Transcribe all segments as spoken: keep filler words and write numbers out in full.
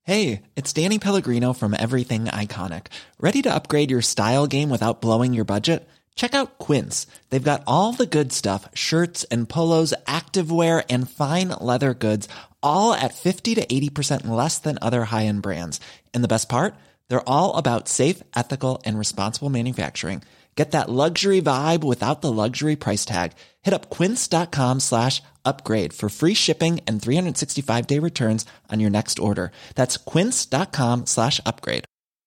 Hey, it's Danny Pellegrino from Everything Iconic. Ready to upgrade your style game without blowing your budget? Check out Quince. They've got all the good stuff, shirts and polos, activewear, and fine leather goods, all at fifty to eighty percent less than other high-end brands. And the best part? They're all about safe, ethical, and responsible manufacturing. Get that luxury vibe without the luxury price tag. Hit up quince.com slash upgrade for free shipping and three sixty-five day returns on your next order. That's quince.com slash upgrade.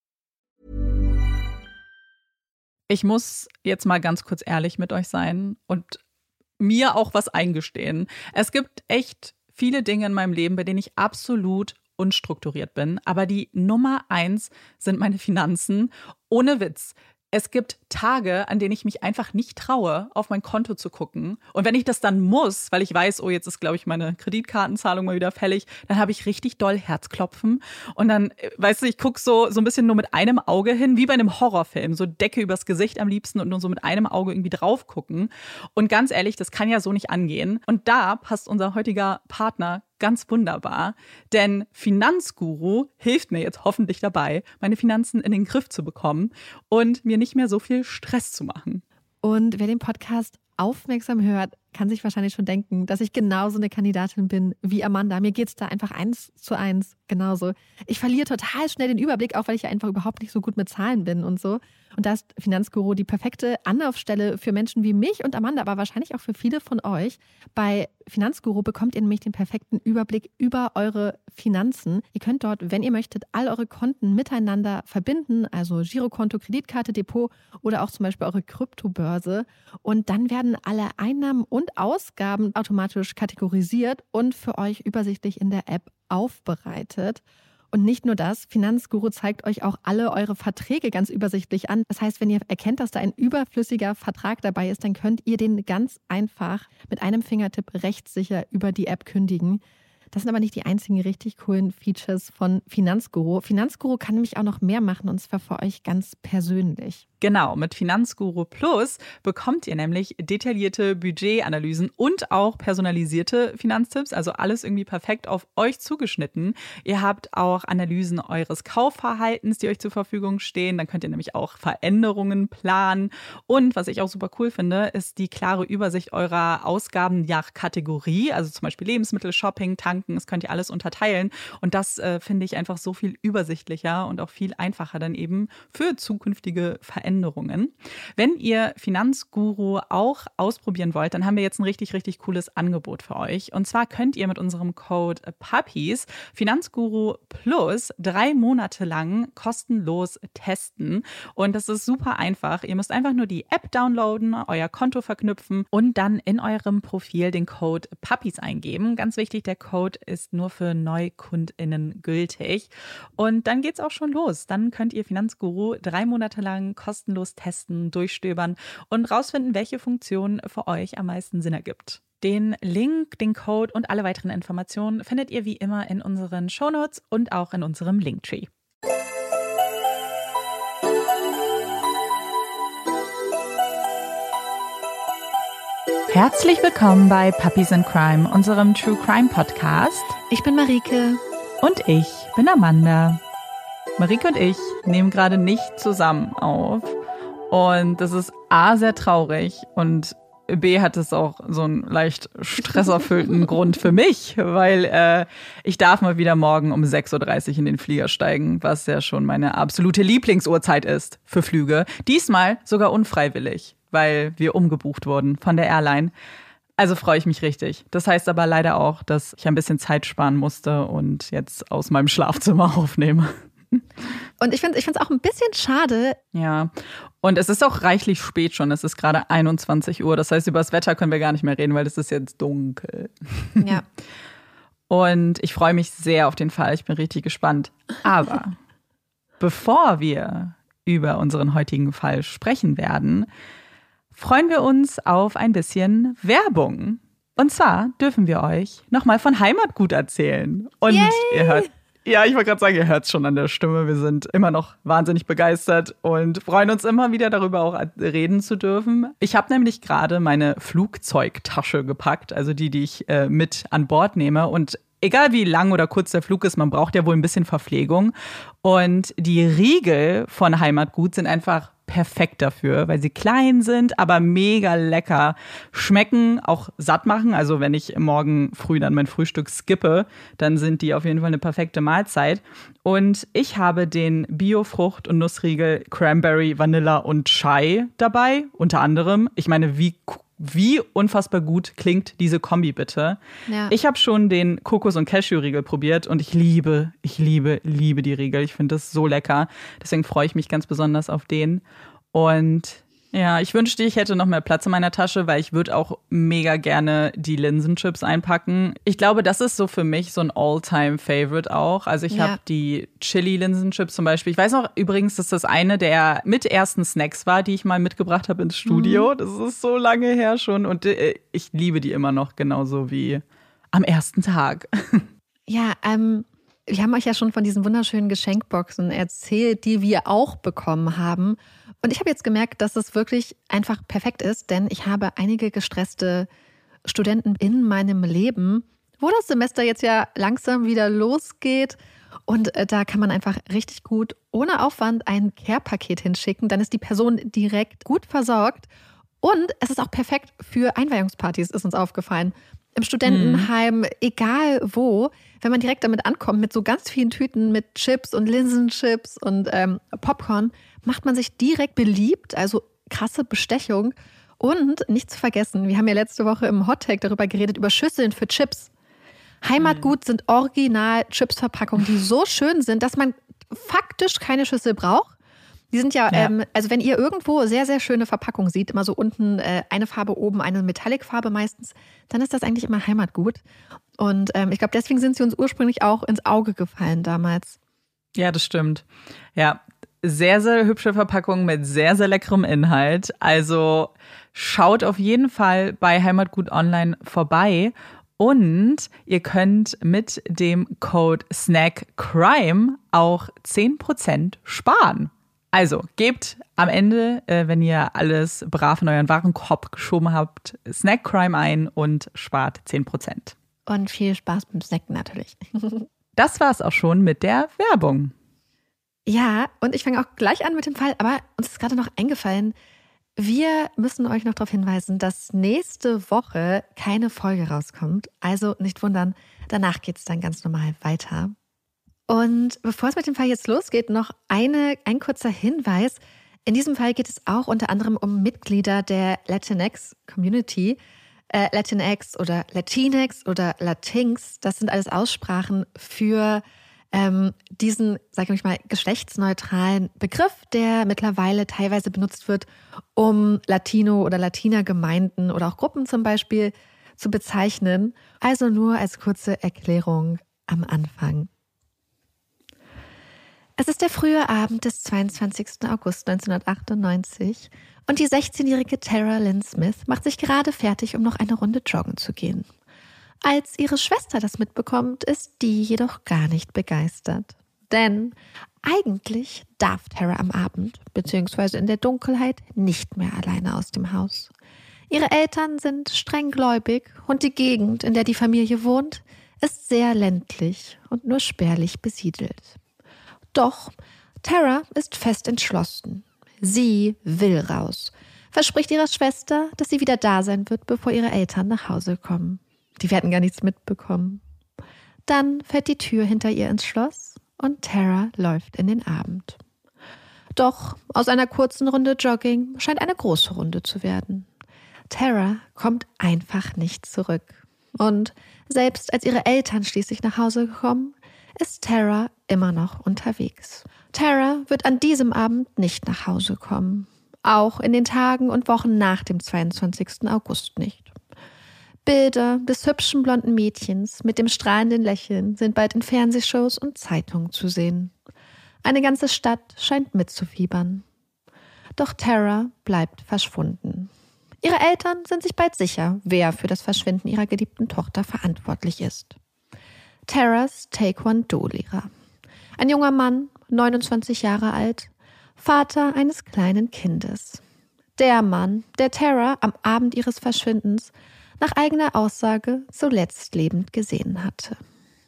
Ich muss jetzt mal ganz kurz ehrlich mit euch sein und mir auch was eingestehen. Es gibt echt viele Dinge in meinem Leben, bei denen ich absolut unstrukturiert bin. Aber die Nummer eins sind meine Finanzen. Ohne Witz. Es gibt Tage, an denen ich mich einfach nicht traue, auf mein Konto zu gucken. Und wenn ich das dann muss, weil ich weiß, oh, jetzt ist, glaube ich, meine Kreditkartenzahlung mal wieder fällig, dann habe ich richtig doll Herzklopfen. Und dann, weißt du, ich gucke so, so ein bisschen nur mit einem Auge hin, wie bei einem Horrorfilm. So Decke übers Gesicht am liebsten und nur so mit einem Auge irgendwie drauf gucken. Und ganz ehrlich, das kann ja so nicht angehen. Und da passt unser heutiger Partner ganz wunderbar, denn Finanzguru hilft mir jetzt hoffentlich dabei, meine Finanzen in den Griff zu bekommen und mir nicht mehr so viel Stress zu machen. Und wer den Podcast aufmerksam hört, kann sich wahrscheinlich schon denken, dass ich genauso eine Kandidatin bin wie Amanda. Mir geht es da einfach eins zu eins genauso. Ich verliere total schnell den Überblick, auch weil ich ja einfach überhaupt nicht so gut mit Zahlen bin und so. Und da ist Finanzguru die perfekte Anlaufstelle für Menschen wie mich und Amanda, aber wahrscheinlich auch für viele von euch. Bei Finanzguru bekommt ihr nämlich den perfekten Überblick über eure Finanzen. Ihr könnt dort, wenn ihr möchtet, all eure Konten miteinander verbinden, also Girokonto, Kreditkarte, Depot oder auch zum Beispiel eure Kryptobörse. Und dann werden alle Einnahmen und Ausgaben automatisch kategorisiert und für euch übersichtlich in der App aufbereitet. Und nicht nur das, Finanzguru zeigt euch auch alle eure Verträge ganz übersichtlich an. Das heißt, wenn ihr erkennt, dass da ein überflüssiger Vertrag dabei ist, dann könnt ihr den ganz einfach mit einem Fingertipp rechtssicher über die App kündigen. Das sind aber nicht die einzigen richtig coolen Features von Finanzguru. Finanzguru kann nämlich auch noch mehr machen, und zwar für euch ganz persönlich. Genau, mit Finanzguru Plus bekommt ihr nämlich detaillierte Budgetanalysen und auch personalisierte Finanztipps, also alles irgendwie perfekt auf euch zugeschnitten. Ihr habt auch Analysen eures Kaufverhaltens, die euch zur Verfügung stehen. Dann könnt ihr nämlich auch Veränderungen planen. Und was ich auch super cool finde, ist die klare Übersicht eurer Ausgaben nach Kategorie, also zum Beispiel Lebensmittel, Shopping, Tanken, das könnt ihr alles unterteilen. Und das äh, finde ich einfach so viel übersichtlicher und auch viel einfacher dann eben für zukünftige Veränderungen. Änderungen. Wenn ihr Finanzguru auch ausprobieren wollt, dann haben wir jetzt ein richtig, richtig cooles Angebot für euch. Und zwar könnt ihr mit unserem Code Puppies Finanzguru Plus drei Monate lang kostenlos testen. Und das ist super einfach. Ihr müsst einfach nur die App downloaden, euer Konto verknüpfen und dann in eurem Profil den Code Puppies eingeben. Ganz wichtig, der Code ist nur für NeukundInnen gültig. Und dann geht's auch schon los. Dann könnt ihr Finanzguru drei Monate lang kostenlos kostenlos testen, durchstöbern und rausfinden, welche Funktion für euch am meisten Sinn ergibt. Den Link, den Code und alle weiteren Informationen findet ihr wie immer in unseren Shownotes und auch in unserem Linktree. Herzlich willkommen bei Puppies in Crime, unserem True Crime Podcast. Ich bin Marike. Und ich bin Amanda. Marike und ich nehmen gerade nicht zusammen auf und das ist A, sehr traurig und B, hat es auch so einen leicht stresserfüllten Grund für mich, weil äh, ich darf mal wieder morgen um sechs Uhr dreißig in den Flieger steigen, was ja schon meine absolute Lieblingsuhrzeit ist für Flüge. Diesmal sogar unfreiwillig, weil wir umgebucht wurden von der Airline. Also freue ich mich richtig. Das heißt aber leider auch, dass ich ein bisschen Zeit sparen musste und jetzt aus meinem Schlafzimmer aufnehme. Und ich finde es ich auch ein bisschen schade. Ja, und es ist auch reichlich spät schon. Es ist gerade einundzwanzig Uhr. Das heißt, über das Wetter können wir gar nicht mehr reden, weil es ist jetzt dunkel. Ja. Und ich freue mich sehr auf den Fall. Ich bin richtig gespannt. Aber bevor wir über unseren heutigen Fall sprechen werden, freuen wir uns auf ein bisschen Werbung. Und zwar dürfen wir euch nochmal von Heimatgut erzählen. Und Yay! ihr hört Ja, ich wollte gerade sagen, ihr hört es schon an der Stimme. Wir sind immer noch wahnsinnig begeistert und freuen uns immer wieder darüber auch reden zu dürfen. Ich habe nämlich gerade meine Flugzeugtasche gepackt, also die, die ich äh, mit an Bord nehme. Und egal wie lang oder kurz der Flug ist, man braucht ja wohl ein bisschen Verpflegung. Und die Riegel von Heimatgut sind einfach perfekt dafür, weil sie klein sind, aber mega lecker. Schmecken, auch satt machen. Also wenn ich morgen früh dann mein Frühstück skippe, dann sind die auf jeden Fall eine perfekte Mahlzeit. Und ich habe den Bio-Frucht- und Nussriegel Cranberry, Vanilla und Chai dabei, unter anderem. Ich meine, wie Wie unfassbar gut klingt diese Kombi bitte. Ja. Ich habe schon den Kokos- und Cashew-Riegel probiert und ich liebe, ich liebe, liebe die Riegel. Ich finde das so lecker. Deswegen freue ich mich ganz besonders auf den. Und ja, ich wünschte, ich hätte noch mehr Platz in meiner Tasche, weil ich würde auch mega gerne die Linsenchips einpacken. Ich glaube, das ist so für mich so ein All-Time-Favorite auch. Also ich ja. habe die Chili-Linsenchips zum Beispiel. Ich weiß noch übrigens, dass das eine der mit ersten Snacks war, die ich mal mitgebracht habe ins Studio. Mhm. Das ist so lange her schon und äh, ich liebe die immer noch genauso wie am ersten Tag. Ja, ähm, wir haben euch ja schon von diesen wunderschönen Geschenkboxen erzählt, die wir auch bekommen haben. Und ich habe jetzt gemerkt, dass es wirklich einfach perfekt ist, denn ich habe einige gestresste Studenten in meinem Leben, wo das Semester jetzt ja langsam wieder losgeht. Und da kann man einfach richtig gut ohne Aufwand ein Care-Paket hinschicken. Dann ist die Person direkt gut versorgt. Und es ist auch perfekt für Einweihungspartys, ist uns aufgefallen. Im Studentenheim, mhm. egal wo, wenn man direkt damit ankommt, mit so ganz vielen Tüten mit Chips und Linsenchips und ähm, Popcorn, macht man sich direkt beliebt, also krasse Bestechung. Und nicht zu vergessen, wir haben ja letzte Woche im Hottag darüber geredet, über Schüsseln für Chips. Heimatgut sind original Chips-Verpackungen, die so schön sind, dass man faktisch keine Schüssel braucht. Die sind ja, ja. Ähm, also wenn ihr irgendwo sehr, sehr schöne Verpackungen seht, immer so unten äh, eine Farbe oben, eine Metallic-Farbe meistens, dann ist das eigentlich immer Heimatgut. Und ähm, ich glaube, deswegen sind sie uns ursprünglich auch ins Auge gefallen damals. Ja, das stimmt. Ja, sehr, sehr hübsche Verpackungen mit sehr, sehr leckerem Inhalt. Also schaut auf jeden Fall bei Heimatgut Online vorbei. Und ihr könnt mit dem Code SNACKCRIME auch zehn Prozent sparen. Also gebt am Ende, äh, wenn ihr alles brav in euren Warenkorb geschoben habt, SNACKCRIME ein und spart zehn Prozent. Und viel Spaß beim Snacken natürlich. Das war's auch schon mit der Werbung. Ja, und ich fange auch gleich an mit dem Fall, aber uns ist gerade noch eingefallen, wir müssen euch noch darauf hinweisen, dass nächste Woche keine Folge rauskommt. Also nicht wundern, danach geht's dann ganz normal weiter. Und bevor es mit dem Fall jetzt losgeht, noch eine, ein kurzer Hinweis. In diesem Fall geht es auch unter anderem um Mitglieder der Latinx-Community. Äh, Latinx oder Latinx oder Latinx, das sind alles Aussprachen für ähm, diesen, sag ich mal, geschlechtsneutralen Begriff, der mittlerweile teilweise benutzt wird, um Latino- oder Latina-Gemeinden oder auch Gruppen zum Beispiel zu bezeichnen. Also nur als kurze Erklärung am Anfang. Es ist der frühe Abend des zweiundzwanzigsten August neunzehnhundertachtundneunzig und die sechzehnjährige Tara Lynn Smith macht sich gerade fertig, um noch eine Runde joggen zu gehen. Als ihre Schwester das mitbekommt, ist die jedoch gar nicht begeistert. Denn eigentlich darf Tara am Abend bzw. in der Dunkelheit nicht mehr alleine aus dem Haus. Ihre Eltern sind streng gläubig und die Gegend, in der die Familie wohnt, ist sehr ländlich und nur spärlich besiedelt. Doch Tara ist fest entschlossen. Sie will raus, verspricht ihrer Schwester, dass sie wieder da sein wird, bevor ihre Eltern nach Hause kommen. Die werden gar nichts mitbekommen. Dann fällt die Tür hinter ihr ins Schloss und Tara läuft in den Abend. Doch aus einer kurzen Runde Jogging scheint eine große Runde zu werden. Tara kommt einfach nicht zurück. Und selbst als ihre Eltern schließlich nach Hause kommen, ist Tara immer noch unterwegs. Tara wird an diesem Abend nicht nach Hause kommen. Auch in den Tagen und Wochen nach dem zweiundzwanzigsten August nicht. Bilder des hübschen blonden Mädchens mit dem strahlenden Lächeln sind bald in Fernsehshows und Zeitungen zu sehen. Eine ganze Stadt scheint mitzufiebern. Doch Tara bleibt verschwunden. Ihre Eltern sind sich bald sicher, wer für das Verschwinden ihrer geliebten Tochter verantwortlich ist. Taras Taekwondo-Lehrer. Ein junger Mann, neunundzwanzig Jahre alt, Vater eines kleinen Kindes. Der Mann, der Tara am Abend ihres Verschwindens nach eigener Aussage zuletzt lebend gesehen hatte.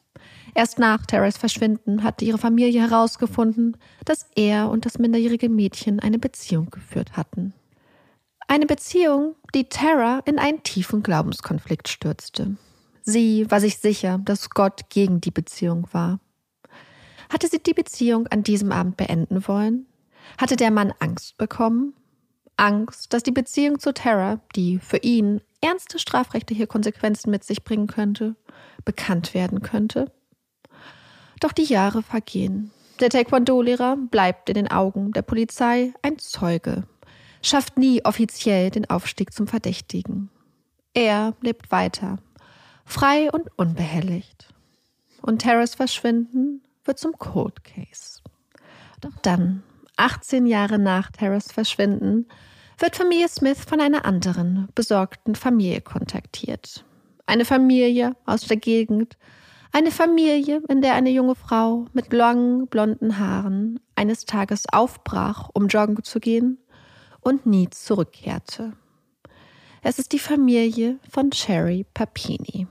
Erst nach Terras Verschwinden hatte ihre Familie herausgefunden, dass er und das minderjährige Mädchen eine Beziehung geführt hatten. Eine Beziehung, die Tara in einen tiefen Glaubenskonflikt stürzte. Sie war sich sicher, dass Gott gegen die Beziehung war. Hatte sie die Beziehung an diesem Abend beenden wollen? Hatte der Mann Angst bekommen? Angst, dass die Beziehung zu Tara, die für ihn ernste strafrechtliche Konsequenzen mit sich bringen könnte, bekannt werden könnte? Doch die Jahre vergehen. Der Taekwondo-Lehrer bleibt in den Augen der Polizei ein Zeuge, schafft nie offiziell den Aufstieg zum Verdächtigen. Er lebt weiter, frei und unbehelligt. Und Taras Verschwinden wird zum Cold Case. Doch dann, achtzehn Jahre nach Taras Verschwinden, wird Familie Smith von einer anderen, besorgten Familie kontaktiert. Eine Familie aus der Gegend, eine Familie, in der eine junge Frau mit langen, blonden Haaren eines Tages aufbrach, um joggen zu gehen und nie zurückkehrte. Es ist die Familie von Sherry Papini.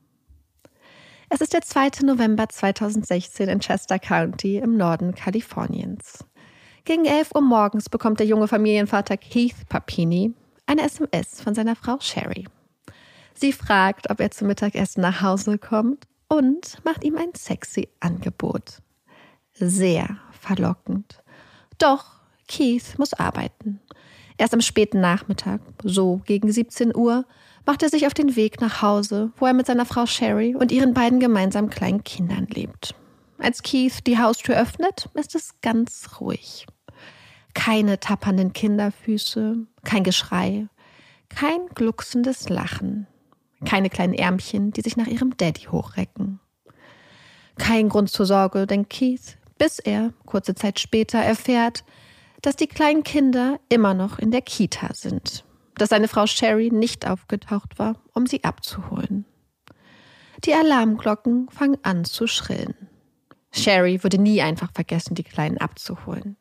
Es ist der zweite November zweitausendsechzehn in Chester County im Norden Kaliforniens. Gegen elf Uhr morgens bekommt der junge Familienvater Keith Papini eine S M S von seiner Frau Sherry. Sie fragt, ob er zum Mittagessen nach Hause kommt und macht ihm ein sexy Angebot. Sehr verlockend. Doch Keith muss arbeiten. Erst am späten Nachmittag, so gegen siebzehn Uhr, macht er sich auf den Weg nach Hause, wo er mit seiner Frau Sherry und ihren beiden gemeinsamen kleinen Kindern lebt. Als Keith die Haustür öffnet, ist es ganz ruhig. Keine tappernden Kinderfüße, kein Geschrei, kein glucksendes Lachen. Keine kleinen Ärmchen, die sich nach ihrem Daddy hochrecken. Kein Grund zur Sorge, denkt Keith, bis er, kurze Zeit später, erfährt, dass die kleinen Kinder immer noch in der Kita sind. Dass seine Frau Sherry nicht aufgetaucht war, um sie abzuholen. Die Alarmglocken fangen an zu schrillen. Sherry würde nie einfach vergessen, die Kleinen abzuholen.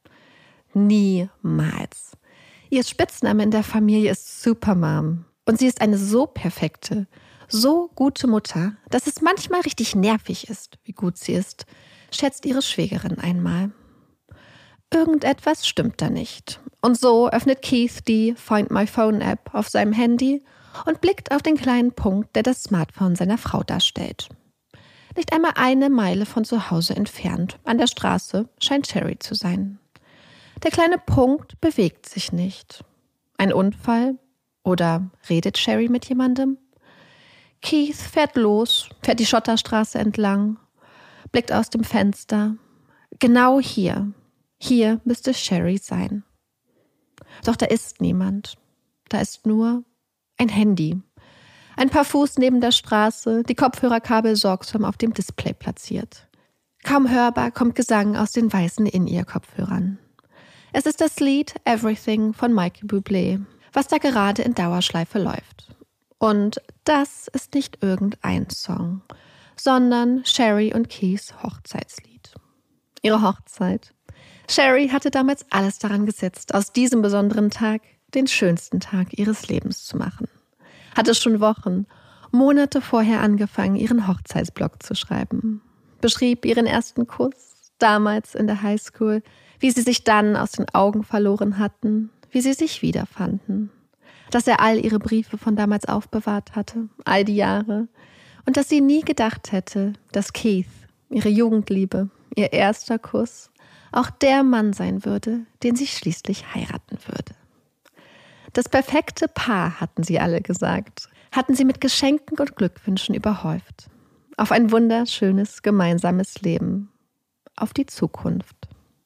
Niemals. Ihr Spitzname in der Familie ist Supermom. Und sie ist eine so perfekte, so gute Mutter, dass es manchmal richtig nervig ist, wie gut sie ist, schätzt ihre Schwägerin einmal. Irgendetwas stimmt da nicht. Und so öffnet Keith die Find My Phone App auf seinem Handy und blickt auf den kleinen Punkt, der das Smartphone seiner Frau darstellt. Nicht einmal eine Meile von zu Hause entfernt, an der Straße, scheint Sherry zu sein. Der kleine Punkt bewegt sich nicht. Ein Unfall? Oder redet Sherry mit jemandem? Keith fährt los, fährt die Schotterstraße entlang, blickt aus dem Fenster. Genau hier, hier müsste Sherry sein. Doch da ist niemand. Da ist nur ein Handy. Ein paar Fuß neben der Straße, die Kopfhörerkabel sorgsam auf dem Display platziert. Kaum hörbar kommt Gesang aus den weißen In-Ear-Kopfhörern. Es ist das Lied Everything von Michael Bublé, was da gerade in Dauerschleife läuft. Und das ist nicht irgendein Song, sondern Sherry und Keiths Hochzeitslied. Ihre Hochzeit. Sherry hatte damals alles daran gesetzt, aus diesem besonderen Tag den schönsten Tag ihres Lebens zu machen. Hatte schon Wochen, Monate vorher angefangen, ihren Hochzeitsblog zu schreiben. Beschrieb ihren ersten Kuss, damals in der Highschool, wie sie sich dann aus den Augen verloren hatten, wie sie sich wiederfanden. Dass er all ihre Briefe von damals aufbewahrt hatte, all die Jahre. Und dass sie nie gedacht hätte, dass Keith, ihre Jugendliebe, ihr erster Kuss, auch der Mann sein würde, den sie schließlich heiraten würde. Das perfekte Paar, hatten sie alle gesagt, hatten sie mit Geschenken und Glückwünschen überhäuft. Auf ein wunderschönes, gemeinsames Leben. Auf die Zukunft.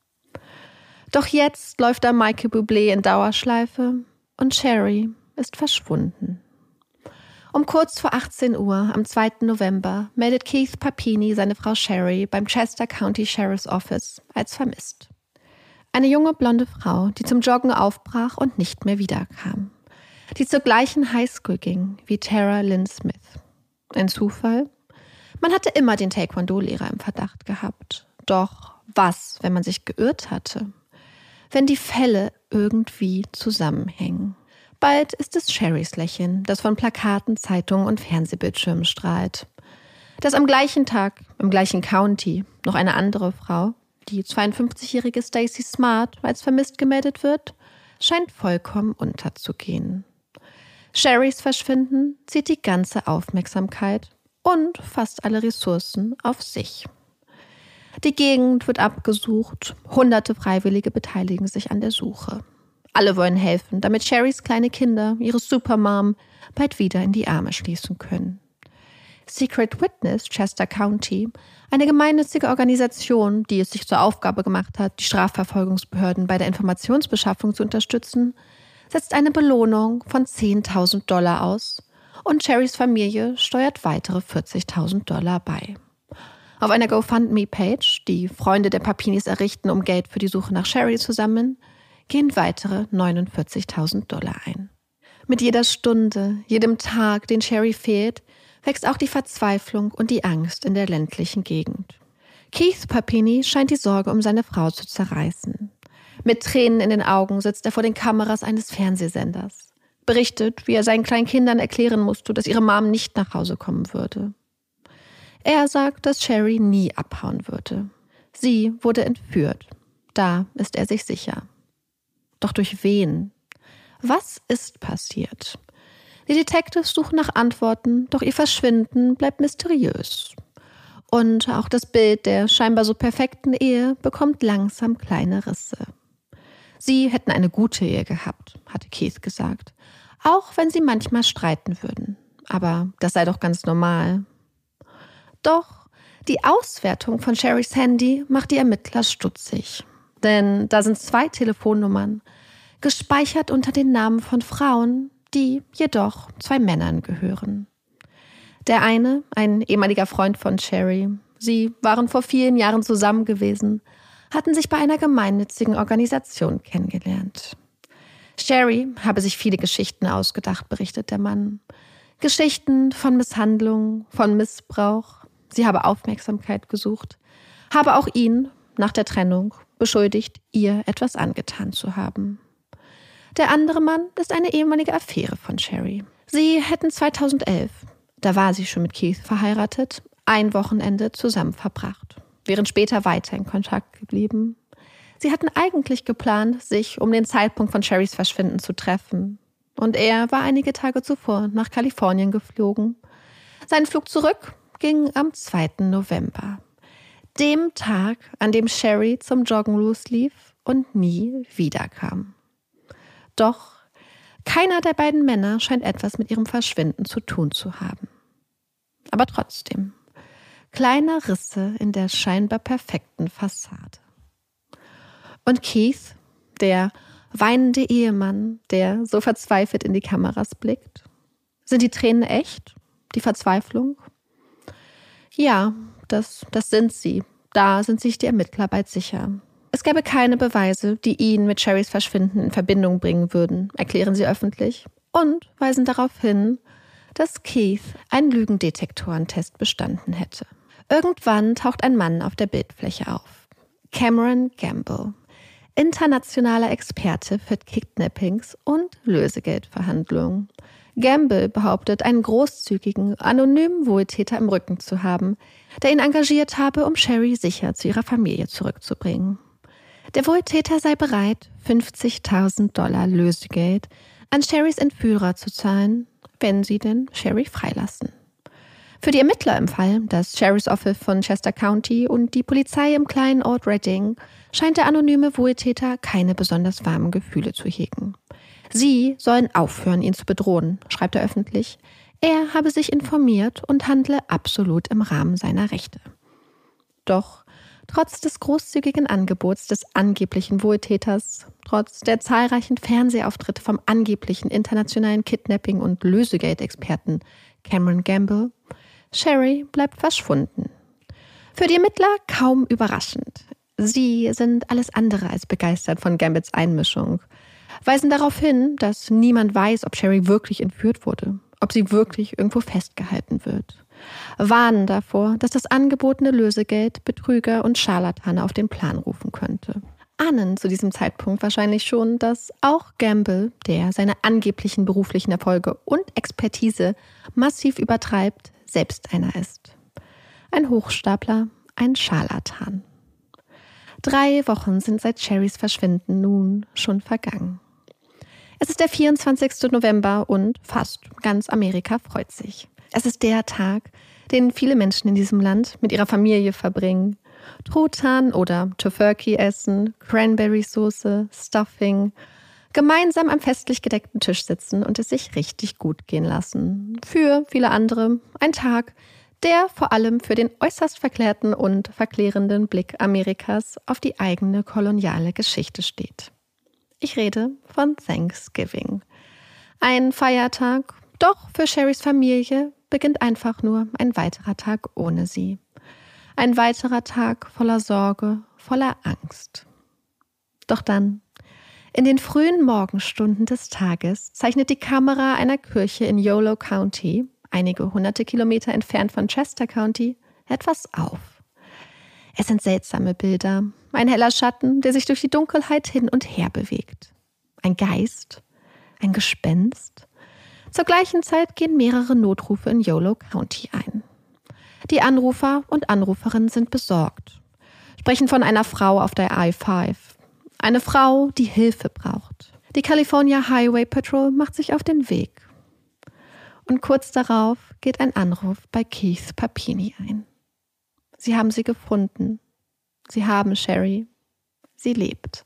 Doch jetzt läuft da Michael Bublé in Dauerschleife und Sherry ist verschwunden. Um kurz vor achtzehn Uhr am zweiten November meldet Keith Papini seine Frau Sherry beim Chester County Sheriff's Office als vermisst. Eine junge blonde Frau, die zum Joggen aufbrach und nicht mehr wiederkam. Die zur gleichen Highschool ging wie Tara Lynn Smith. Ein Zufall? Man hatte immer den Taekwondo-Lehrer im Verdacht gehabt. Doch was, wenn man sich geirrt hatte? Wenn die Fälle irgendwie zusammenhängen. Bald ist es Sherrys Lächeln, das von Plakaten, Zeitungen und Fernsehbildschirmen strahlt. dass am gleichen Tag, im gleichen County, noch eine andere Frau, die zweiundfünfzigjährige Stacey Smart, als vermisst gemeldet wird, scheint vollkommen unterzugehen. Sherrys Verschwinden zieht die ganze Aufmerksamkeit und fast alle Ressourcen auf sich. Die Gegend wird abgesucht, hunderte Freiwillige beteiligen sich an der Suche. Alle wollen helfen, damit Sherrys kleine Kinder ihre Supermom bald wieder in die Arme schließen können. Secret Witness Chester County, eine gemeinnützige Organisation, die es sich zur Aufgabe gemacht hat, die Strafverfolgungsbehörden bei der Informationsbeschaffung zu unterstützen, setzt eine Belohnung von zehntausend Dollar aus und Sherrys Familie steuert weitere vierzigtausend Dollar bei. Auf einer GoFundMe-Page, die Freunde der Papinis errichten, um Geld für die Suche nach Sherry zu sammeln, gehen weitere neunundvierzigtausend Dollar ein. Mit jeder Stunde, jedem Tag, den Sherry fehlt, wächst auch die Verzweiflung und die Angst in der ländlichen Gegend. Keith Papini scheint die Sorge um seine Frau zu zerreißen. Mit Tränen in den Augen sitzt er vor den Kameras eines Fernsehsenders, berichtet, wie er seinen kleinen Kindern erklären musste, dass ihre Mom nicht nach Hause kommen würde. Er sagt, dass Sherry nie abhauen würde. Sie wurde entführt. Da ist er sich sicher. Doch durch wen? Was ist passiert? Die Detectives suchen nach Antworten, doch ihr Verschwinden bleibt mysteriös. Und auch das Bild der scheinbar so perfekten Ehe bekommt langsam kleine Risse. Sie hätten eine gute Ehe gehabt, hatte Keith gesagt. Auch wenn sie manchmal streiten würden. Aber das sei doch ganz normal. Doch die Auswertung von Sherrys Handy macht die Ermittler stutzig. Denn da sind zwei Telefonnummern, gespeichert unter den Namen von Frauen, die jedoch zwei Männern gehören. Der eine, ein ehemaliger Freund von Sherry, sie waren vor vielen Jahren zusammen gewesen, hatten sich bei einer gemeinnützigen Organisation kennengelernt. Sherry habe sich viele Geschichten ausgedacht, berichtet der Mann. Geschichten von Misshandlung, von Missbrauch. Sie habe Aufmerksamkeit gesucht, habe auch ihn, nach der Trennung, beschuldigt, ihr etwas angetan zu haben. Der andere Mann ist eine ehemalige Affäre von Sherry. Sie hätten zweitausendelf, da war sie schon mit Keith verheiratet, ein Wochenende zusammen verbracht, wären später weiter in Kontakt geblieben. Sie hatten eigentlich geplant, sich um den Zeitpunkt von Sherrys Verschwinden zu treffen. Und er war einige Tage zuvor nach Kalifornien geflogen. Sein Flug zurück ging am zweiten November. Dem Tag, an dem Sherry zum Joggen loslief und nie wiederkam. Doch keiner der beiden Männer scheint etwas mit ihrem Verschwinden zu tun zu haben. Aber trotzdem, kleine Risse in der scheinbar perfekten Fassade. Und Keith, der weinende Ehemann, der so verzweifelt in die Kameras blickt? Sind die Tränen echt? Die Verzweiflung? Ja, das, das sind sie. Da sind sich die Ermittler bald sicher. Es gäbe keine Beweise, die ihn mit Sherrys Verschwinden in Verbindung bringen würden, erklären sie öffentlich und weisen darauf hin, dass Keith einen Lügendetektorentest bestanden hätte. Irgendwann taucht ein Mann auf der Bildfläche auf. Cameron Gamble, internationaler Experte für Kidnappings und Lösegeldverhandlungen. Gamble behauptet, einen großzügigen, anonymen Wohltäter im Rücken zu haben, der ihn engagiert habe, um Sherry sicher zu ihrer Familie zurückzubringen. Der Wohltäter sei bereit, fünfzigtausend Dollar Lösegeld an Sherrys Entführer zu zahlen, wenn sie denn Sherry freilassen. Für die Ermittler im Fall, das Sheriff's Office von Chester County und die Polizei im kleinen Ort Redding, scheint der anonyme Wohltäter keine besonders warmen Gefühle zu hegen. Sie sollen aufhören, ihn zu bedrohen, schreibt er öffentlich. Er habe sich informiert und handle absolut im Rahmen seiner Rechte. Doch trotz des großzügigen Angebots des angeblichen Wohltäters, trotz der zahlreichen Fernsehauftritte vom angeblichen internationalen Kidnapping- und Lösegeldexperten Cameron Gamble, Sherry bleibt verschwunden. Für die Ermittler kaum überraschend. Sie sind alles andere als begeistert von Gambles Einmischung, weisen darauf hin, dass niemand weiß, ob Sherry wirklich entführt wurde, ob sie wirklich irgendwo festgehalten wird. Warnen davor, dass das angebotene Lösegeld Betrüger und Scharlatane auf den Plan rufen könnte. Ahnen zu diesem Zeitpunkt wahrscheinlich schon, dass auch Gamble, der seine angeblichen beruflichen Erfolge und Expertise massiv übertreibt, selbst einer ist. ein Hochstapler, ein Scharlatan. Drei Wochen sind seit Cherrys Verschwinden nun schon vergangen. Es ist der vierundzwanzigster November und fast ganz Amerika freut sich. Es ist der Tag, den viele Menschen in diesem Land mit ihrer Familie verbringen. Truthahn oder Tofurkey essen, Cranberry-Soße, Stuffing, gemeinsam am festlich gedeckten Tisch sitzen und es sich richtig gut gehen lassen. Für viele andere ein Tag, der vor allem für den äußerst verklärten und verklärenden Blick Amerikas auf die eigene koloniale Geschichte steht. Ich rede von Thanksgiving. Ein Feiertag, doch für Cherrys Familie beginnt einfach nur ein weiterer Tag ohne sie. Ein weiterer Tag voller Sorge, voller Angst. Doch dann, in den frühen Morgenstunden des Tages, zeichnet die Kamera einer Kirche in Yolo County, einige hunderte Kilometer entfernt von Chester County, etwas auf. Es sind seltsame Bilder, ein heller Schatten, der sich durch die Dunkelheit hin und her bewegt. Ein Geist, ein Gespenst. Zur gleichen Zeit gehen mehrere Notrufe in Yolo County ein. Die Anrufer und Anruferinnen sind besorgt, sprechen von einer Frau auf der I fünf. Eine Frau, die Hilfe braucht. Die California Highway Patrol macht sich auf den Weg. Und kurz darauf geht ein Anruf bei Keith Papini ein. Sie haben sie gefunden. Sie haben Sherry. Sie lebt.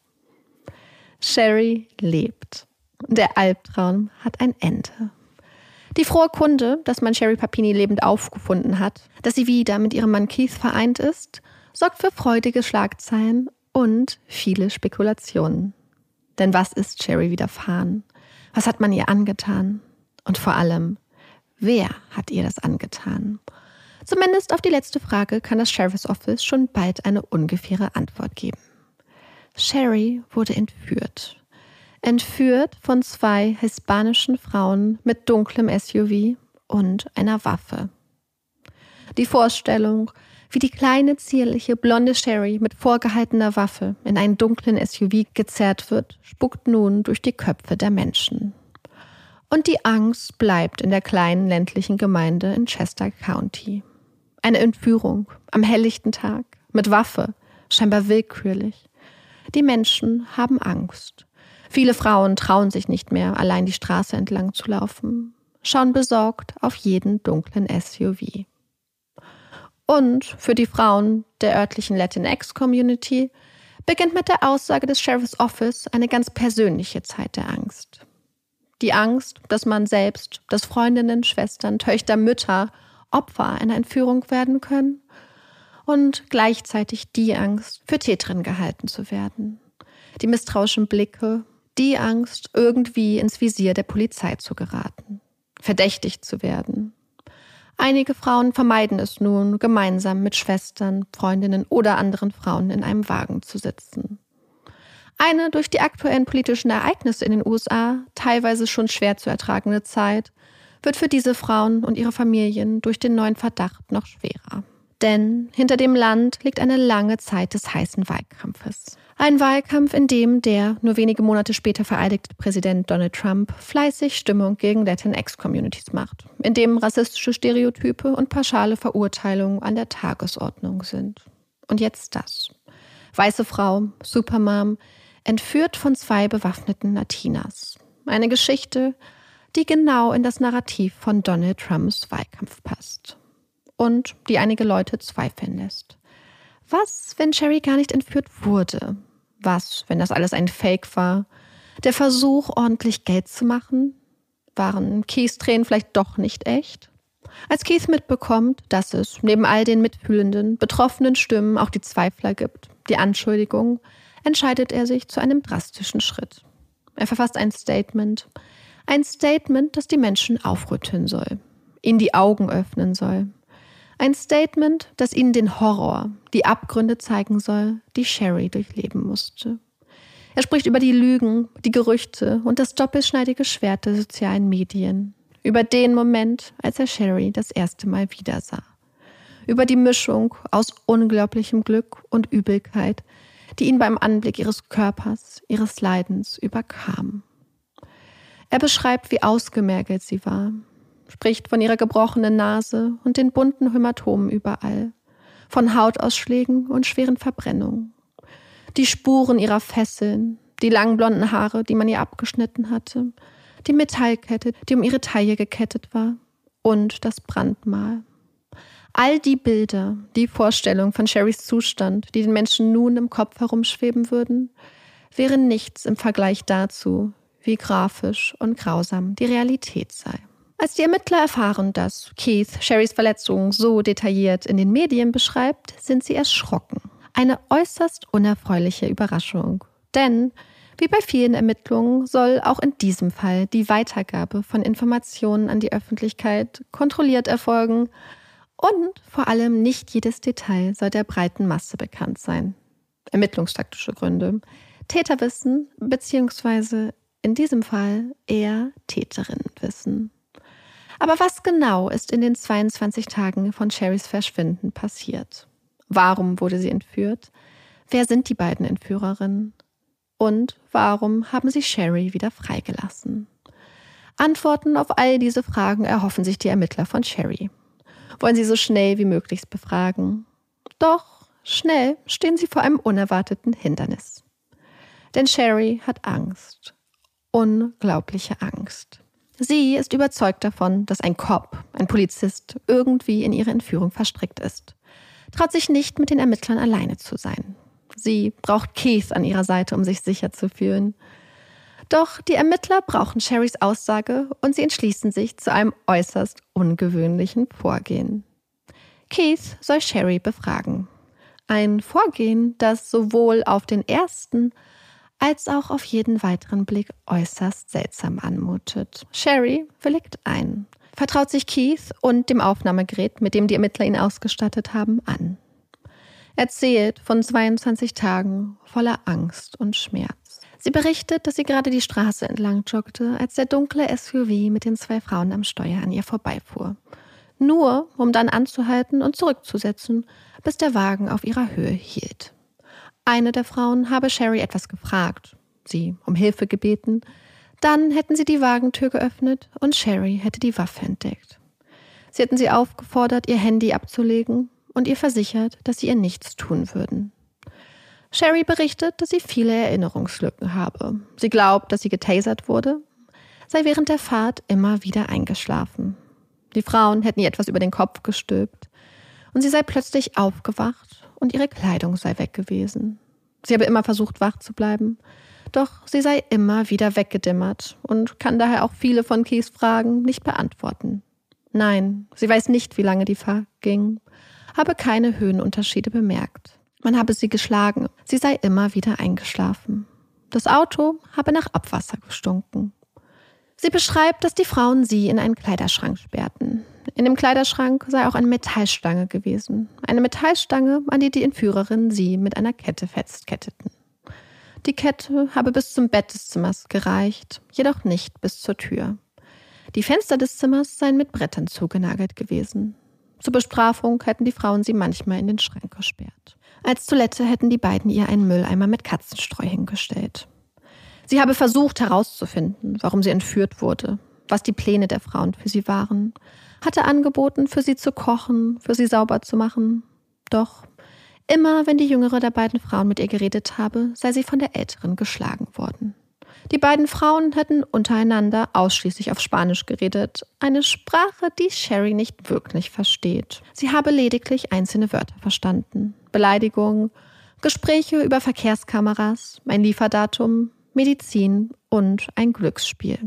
Sherry lebt. Der Albtraum hat ein Ende. Die frohe Kunde, dass man Sherry Papini lebend aufgefunden hat, dass sie wieder mit ihrem Mann Keith vereint ist, sorgt für freudige Schlagzeilen und viele Spekulationen. Denn was ist Sherry widerfahren? Was hat man ihr angetan? Und vor allem, wer hat ihr das angetan? Zumindest auf die letzte Frage kann das Sheriff's Office schon bald eine ungefähre Antwort geben. Sherry wurde entführt. Entführt von zwei hispanischen Frauen mit dunklem S U V und einer Waffe. Die Vorstellung, wie die kleine, zierliche, blonde Sherry mit vorgehaltener Waffe in einen dunklen S U V gezerrt wird, spukt nun durch die Köpfe der Menschen. Und die Angst bleibt in der kleinen ländlichen Gemeinde in Chester County. Eine Entführung am helllichten Tag, mit Waffe, scheinbar willkürlich. Die Menschen haben Angst. Viele Frauen trauen sich nicht mehr, allein die Straße entlang zu laufen, schauen besorgt auf jeden dunklen S U V. Und für die Frauen der örtlichen Latinx-Community beginnt mit der Aussage des Sheriff's Office eine ganz persönliche Zeit der Angst. Die Angst, dass man selbst, dass Freundinnen, Schwestern, Töchter, Mütter Opfer einer Entführung werden können und gleichzeitig die Angst, für Täterin gehalten zu werden. Die misstrauischen Blicke, die Angst, irgendwie ins Visier der Polizei zu geraten, verdächtigt zu werden. Einige Frauen vermeiden es nun, gemeinsam mit Schwestern, Freundinnen oder anderen Frauen in einem Wagen zu sitzen. Eine durch die aktuellen politischen Ereignisse in den U S A teilweise schon schwer zu ertragende Zeit wird für diese Frauen und ihre Familien durch den neuen Verdacht noch schwerer. Denn hinter dem Land liegt eine lange Zeit des heißen Wahlkampfes. Ein Wahlkampf, in dem der nur wenige Monate später vereidigte Präsident Donald Trump fleißig Stimmung gegen Latinx-Communities macht, in dem rassistische Stereotype und pauschale Verurteilungen an der Tagesordnung sind. Und jetzt das. Weiße Frau, Supermom, entführt von zwei bewaffneten Latinas. Eine Geschichte, die genau in das Narrativ von Donald Trumps Wahlkampf passt. Und die einige Leute zweifeln lässt. Was, wenn Sherry gar nicht entführt wurde? Was, wenn das alles ein Fake war? Der Versuch, ordentlich Geld zu machen? Waren Keiths Tränen vielleicht doch nicht echt? Als Keith mitbekommt, dass es neben all den mitfühlenden, betroffenen Stimmen auch die Zweifler gibt, die Anschuldigungen, entscheidet er sich zu einem drastischen Schritt. Er verfasst ein Statement. Ein Statement, das die Menschen aufrütteln soll, ihnen die Augen öffnen soll. Ein Statement, das ihnen den Horror, die Abgründe zeigen soll, die Sherry durchleben musste. Er spricht über die Lügen, die Gerüchte und das doppelschneidige Schwert der sozialen Medien. Über den Moment, als er Sherry das erste Mal wiedersah. Über die Mischung aus unglaublichem Glück und Übelkeit, die ihn beim Anblick ihres Körpers, ihres Leidens überkam. Er beschreibt, wie ausgemergelt sie war, spricht von ihrer gebrochenen Nase und den bunten Hämatomen überall, von Hautausschlägen und schweren Verbrennungen. Die Spuren ihrer Fesseln, die langen blonden Haare, die man ihr abgeschnitten hatte, die Metallkette, die um ihre Taille gekettet war, und das Brandmal. All die Bilder, die Vorstellung von Sherrys Zustand, die den Menschen nun im Kopf herumschweben würden, wären nichts im Vergleich dazu, wie grafisch und grausam die Realität sei. Als die Ermittler erfahren, dass Keith Sherrys Verletzungen so detailliert in den Medien beschreibt, sind sie erschrocken. Eine äußerst unerfreuliche Überraschung. Denn, wie bei vielen Ermittlungen, soll auch in diesem Fall die Weitergabe von Informationen an die Öffentlichkeit kontrolliert erfolgen und vor allem nicht jedes Detail soll der breiten Masse bekannt sein. Ermittlungstaktische Gründe. Täterwissen bzw. in diesem Fall eher Täterinnenwissen. Aber was genau ist in den zweiundzwanzig Tagen von Sherrys Verschwinden passiert? Warum wurde sie entführt? Wer sind die beiden Entführerinnen? Und warum haben sie Sherry wieder freigelassen? Antworten auf all diese Fragen erhoffen sich die Ermittler von Sherry. Wollen sie so schnell wie möglich befragen? Doch schnell stehen sie vor einem unerwarteten Hindernis. Denn Sherry hat Angst. Unglaubliche Angst. Sie ist überzeugt davon, dass ein Cop, ein Polizist, irgendwie in ihre Entführung verstrickt ist. Traut sich nicht, mit den Ermittlern alleine zu sein. Sie braucht Keith an ihrer Seite, um sich sicher zu fühlen. Doch die Ermittler brauchen Sherrys Aussage und sie entschließen sich zu einem äußerst ungewöhnlichen Vorgehen. Keith soll Sherry befragen. Ein Vorgehen, das sowohl auf den ersten als auch auf jeden weiteren Blick äußerst seltsam anmutet. Sherry willigt ein, vertraut sich Keith und dem Aufnahmegerät, mit dem die Ermittler ihn ausgestattet haben, an. Erzählt von zweiundzwanzig Tagen voller Angst und Schmerz. Sie berichtet, dass sie gerade die Straße entlang joggte, als der dunkle S U V mit den zwei Frauen am Steuer an ihr vorbeifuhr. Nur, um dann anzuhalten und zurückzusetzen, bis der Wagen auf ihrer Höhe hielt. Eine der Frauen habe Sherry etwas gefragt, sie um Hilfe gebeten. Dann hätten sie die Wagentür geöffnet und Sherry hätte die Waffe entdeckt. Sie hätten sie aufgefordert, ihr Handy abzulegen und ihr versichert, dass sie ihr nichts tun würden. Sherry berichtet, dass sie viele Erinnerungslücken habe. Sie glaubt, dass sie getasert wurde, sei während der Fahrt immer wieder eingeschlafen. Die Frauen hätten ihr etwas über den Kopf gestülpt und sie sei plötzlich aufgewacht und ihre Kleidung sei weg gewesen. Sie habe immer versucht, wach zu bleiben, doch sie sei immer wieder weggedimmert und kann daher auch viele von Keiths Fragen nicht beantworten. Nein, sie weiß nicht, wie lange die Fahrt ging, habe keine Höhenunterschiede bemerkt. Man habe sie geschlagen, sie sei immer wieder eingeschlafen. Das Auto habe nach Abwasser gestunken. Sie beschreibt, dass die Frauen sie in einen Kleiderschrank sperrten. In dem Kleiderschrank sei auch eine Metallstange gewesen. Eine Metallstange, an die die Entführerinnen sie mit einer Kette festketteten. Die Kette habe bis zum Bett des Zimmers gereicht, jedoch nicht bis zur Tür. Die Fenster des Zimmers seien mit Brettern zugenagelt gewesen. Zur Bestrafung hätten die Frauen sie manchmal in den Schrank gesperrt. Als Toilette hätten die beiden ihr einen Mülleimer mit Katzenstreu hingestellt. Sie habe versucht herauszufinden, warum sie entführt wurde, was die Pläne der Frauen für sie waren, hatte angeboten, für sie zu kochen, für sie sauber zu machen. Doch immer, wenn die jüngere der beiden Frauen mit ihr geredet habe, sei sie von der älteren geschlagen worden. Die beiden Frauen hätten untereinander ausschließlich auf Spanisch geredet, eine Sprache, die Sherry nicht wirklich versteht. Sie habe lediglich einzelne Wörter verstanden. Beleidigungen, Gespräche über Verkehrskameras, ein Lieferdatum, Medizin und ein Glücksspiel.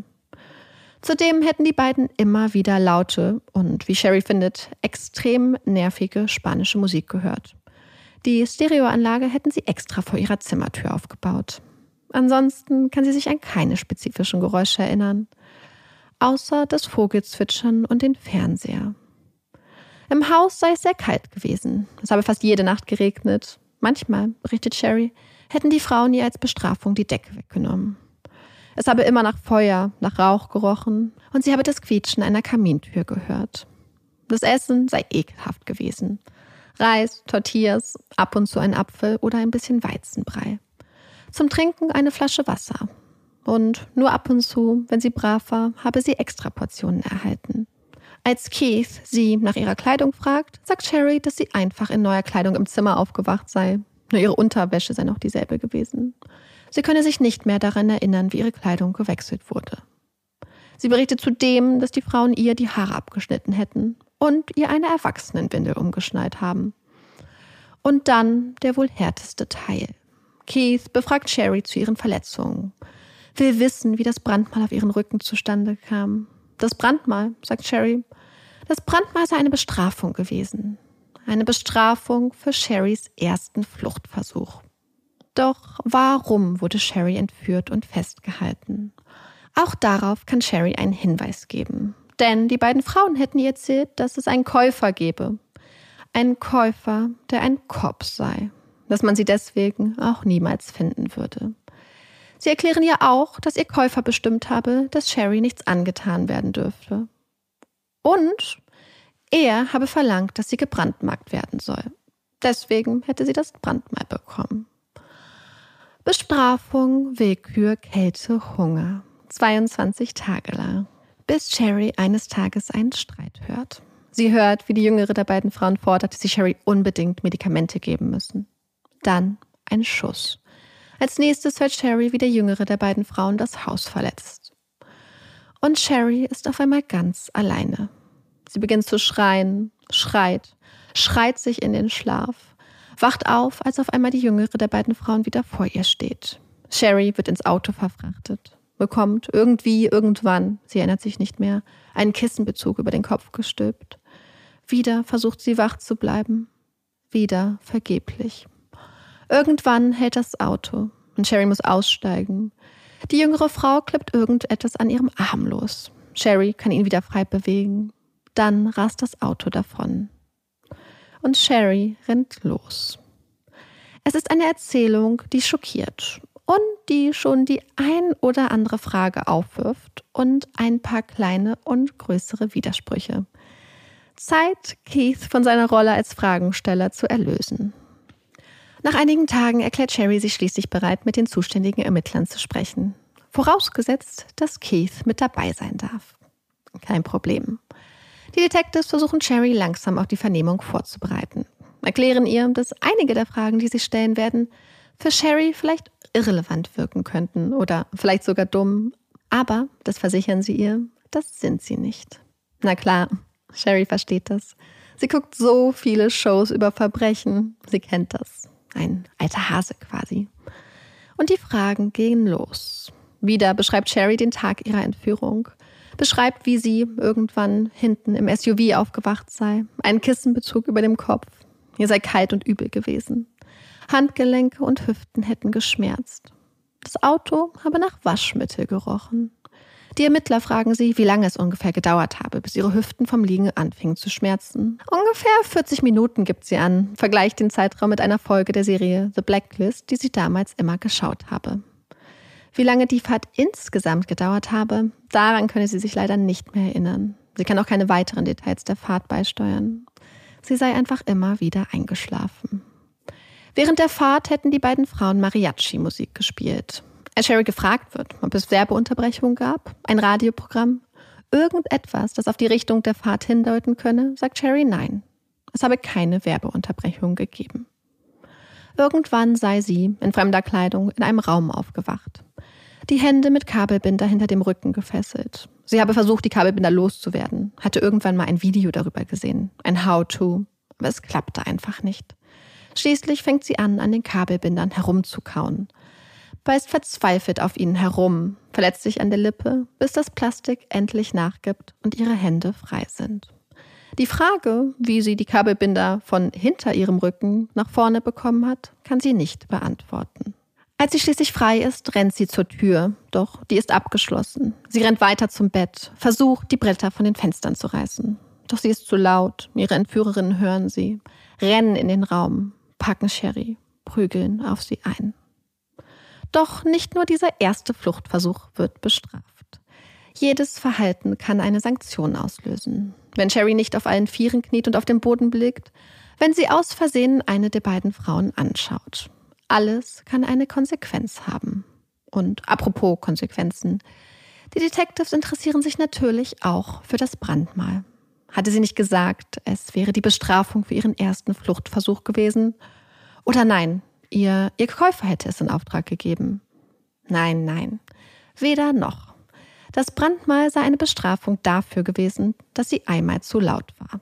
Zudem hätten die beiden immer wieder laute und, wie Sherry findet, extrem nervige spanische Musik gehört. Die Stereoanlage hätten sie extra vor ihrer Zimmertür aufgebaut. Ansonsten kann sie sich an keine spezifischen Geräusche erinnern, außer das Vogelzwitschern und den Fernseher. Im Haus sei es sehr kalt gewesen. Es habe fast jede Nacht geregnet. Manchmal, berichtet Sherry, hätten die Frauen ihr als Bestrafung die Decke weggenommen. Es habe immer nach Feuer, nach Rauch gerochen und sie habe das Quietschen einer Kamintür gehört. Das Essen sei ekelhaft gewesen. Reis, Tortillas, ab und zu ein Apfel oder ein bisschen Weizenbrei. Zum Trinken eine Flasche Wasser. Und nur ab und zu, wenn sie brav war, habe sie Extraportionen erhalten. Als Keith sie nach ihrer Kleidung fragt, sagt Sherry, dass sie einfach in neuer Kleidung im Zimmer aufgewacht sei. Nur ihre Unterwäsche sei noch dieselbe gewesen. Sie könne sich nicht mehr daran erinnern, wie ihre Kleidung gewechselt wurde. Sie berichtet zudem, dass die Frauen ihr die Haare abgeschnitten hätten und ihr eine Erwachsenenwindel umgeschnallt haben. Und dann der wohl härteste Teil. Keith befragt Sherry zu ihren Verletzungen, will wissen, wie das Brandmal auf ihren Rücken zustande kam. Das Brandmal, sagt Sherry, das Brandmal sei eine Bestrafung gewesen. Eine Bestrafung für Sherrys ersten Fluchtversuch. Doch warum wurde Sherry entführt und festgehalten? Auch darauf kann Sherry einen Hinweis geben. Denn die beiden Frauen hätten ihr erzählt, dass es einen Käufer gebe. Einen Käufer, der ein Cop sei. Dass man sie deswegen auch niemals finden würde. Sie erklären ihr auch, dass ihr Käufer bestimmt habe, dass Sherry nichts angetan werden dürfte. Und er habe verlangt, dass sie gebrandmarkt werden soll. Deswegen hätte sie das Brandmal bekommen. Bestrafung, Willkür, Kälte, Hunger. zweiundzwanzig Tage lang. Bis Sherry eines Tages einen Streit hört. Sie hört, wie die jüngere der beiden Frauen fordert, dass sie Sherry unbedingt Medikamente geben müssen. Dann ein Schuss. Als nächstes hört Sherry, wie der jüngere der beiden Frauen das Haus verletzt. Und Sherry ist auf einmal ganz alleine. Sie beginnt zu schreien, schreit, schreit sich in den Schlaf, wacht auf, als auf einmal die jüngere der beiden Frauen wieder vor ihr steht. Sherry wird ins Auto verfrachtet, bekommt irgendwie, irgendwann, sie erinnert sich nicht mehr, einen Kissenbezug über den Kopf gestülpt. Wieder versucht sie wach zu bleiben, wieder vergeblich. Irgendwann hält das Auto und Sherry muss aussteigen. Die jüngere Frau klippt irgendetwas an ihrem Arm los. Sherry kann ihn wieder frei bewegen. Dann rast das Auto davon. Und Sherry rennt los. Es ist eine Erzählung, die schockiert und die schon die ein oder andere Frage aufwirft und ein paar kleine und größere Widersprüche. Zeit, Keith von seiner Rolle als Fragensteller zu erlösen. Nach einigen Tagen erklärt Sherry sich schließlich bereit, mit den zuständigen Ermittlern zu sprechen. Vorausgesetzt, dass Keith mit dabei sein darf. Kein Problem. Die Detectives versuchen Sherry langsam auf die Vernehmung vorzubereiten. Erklären ihr, dass einige der Fragen, die sie stellen werden, für Sherry vielleicht irrelevant wirken könnten oder vielleicht sogar dumm. Aber, das versichern sie ihr, das sind sie nicht. Na klar, Sherry versteht das. Sie guckt so viele Shows über Verbrechen. Sie kennt das. Ein alter Hase quasi. Und die Fragen gehen los. Wieder beschreibt Sherry den Tag ihrer Entführung. Beschreibt, wie sie irgendwann hinten im S U V aufgewacht sei. Einen Kissenbezug über dem Kopf. Ihr sei kalt und übel gewesen. Handgelenke und Hüften hätten geschmerzt. Das Auto habe nach Waschmittel gerochen. Die Ermittler fragen sie, wie lange es ungefähr gedauert habe, bis ihre Hüften vom Liegen anfingen zu schmerzen. Ungefähr vierzig Minuten gibt sie an, vergleicht den Zeitraum mit einer Folge der Serie The Blacklist, die sie damals immer geschaut habe. Wie lange die Fahrt insgesamt gedauert habe, daran könne sie sich leider nicht mehr erinnern. Sie kann auch keine weiteren Details der Fahrt beisteuern. Sie sei einfach immer wieder eingeschlafen. Während der Fahrt hätten die beiden Frauen Mariachi-Musik gespielt. Als Sherry gefragt wird, ob es Werbeunterbrechungen gab, ein Radioprogramm, irgendetwas, das auf die Richtung der Fahrt hindeuten könne, sagt Sherry nein. Es habe keine Werbeunterbrechung gegeben. Irgendwann sei sie in fremder Kleidung in einem Raum aufgewacht. Die Hände mit Kabelbinder hinter dem Rücken gefesselt. Sie habe versucht, die Kabelbinder loszuwerden, hatte irgendwann mal ein Video darüber gesehen, ein How-to, aber es klappte einfach nicht. Schließlich fängt sie an, an den Kabelbindern herumzukauen. Beißt verzweifelt auf ihnen herum, verletzt sich an der Lippe, bis das Plastik endlich nachgibt und ihre Hände frei sind. Die Frage, wie sie die Kabelbinder von hinter ihrem Rücken nach vorne bekommen hat, kann sie nicht beantworten. Als sie schließlich frei ist, rennt sie zur Tür, doch die ist abgeschlossen. Sie rennt weiter zum Bett, versucht, die Bretter von den Fenstern zu reißen. Doch sie ist zu laut, ihre Entführerinnen hören sie, rennen in den Raum, packen Sherry, prügeln auf sie ein. Doch nicht nur dieser erste Fluchtversuch wird bestraft. Jedes Verhalten kann eine Sanktion auslösen. Wenn Sherry nicht auf allen Vieren kniet und auf dem Boden blickt, wenn sie aus Versehen eine der beiden Frauen anschaut. Alles kann eine Konsequenz haben. Und apropos Konsequenzen, die Detectives interessieren sich natürlich auch für das Brandmal. Hatte sie nicht gesagt, es wäre die Bestrafung für ihren ersten Fluchtversuch gewesen? Oder nein, ihr, ihr Käufer hätte es in Auftrag gegeben? Nein, nein, weder noch. Das Brandmal sei eine Bestrafung dafür gewesen, dass sie einmal zu laut war.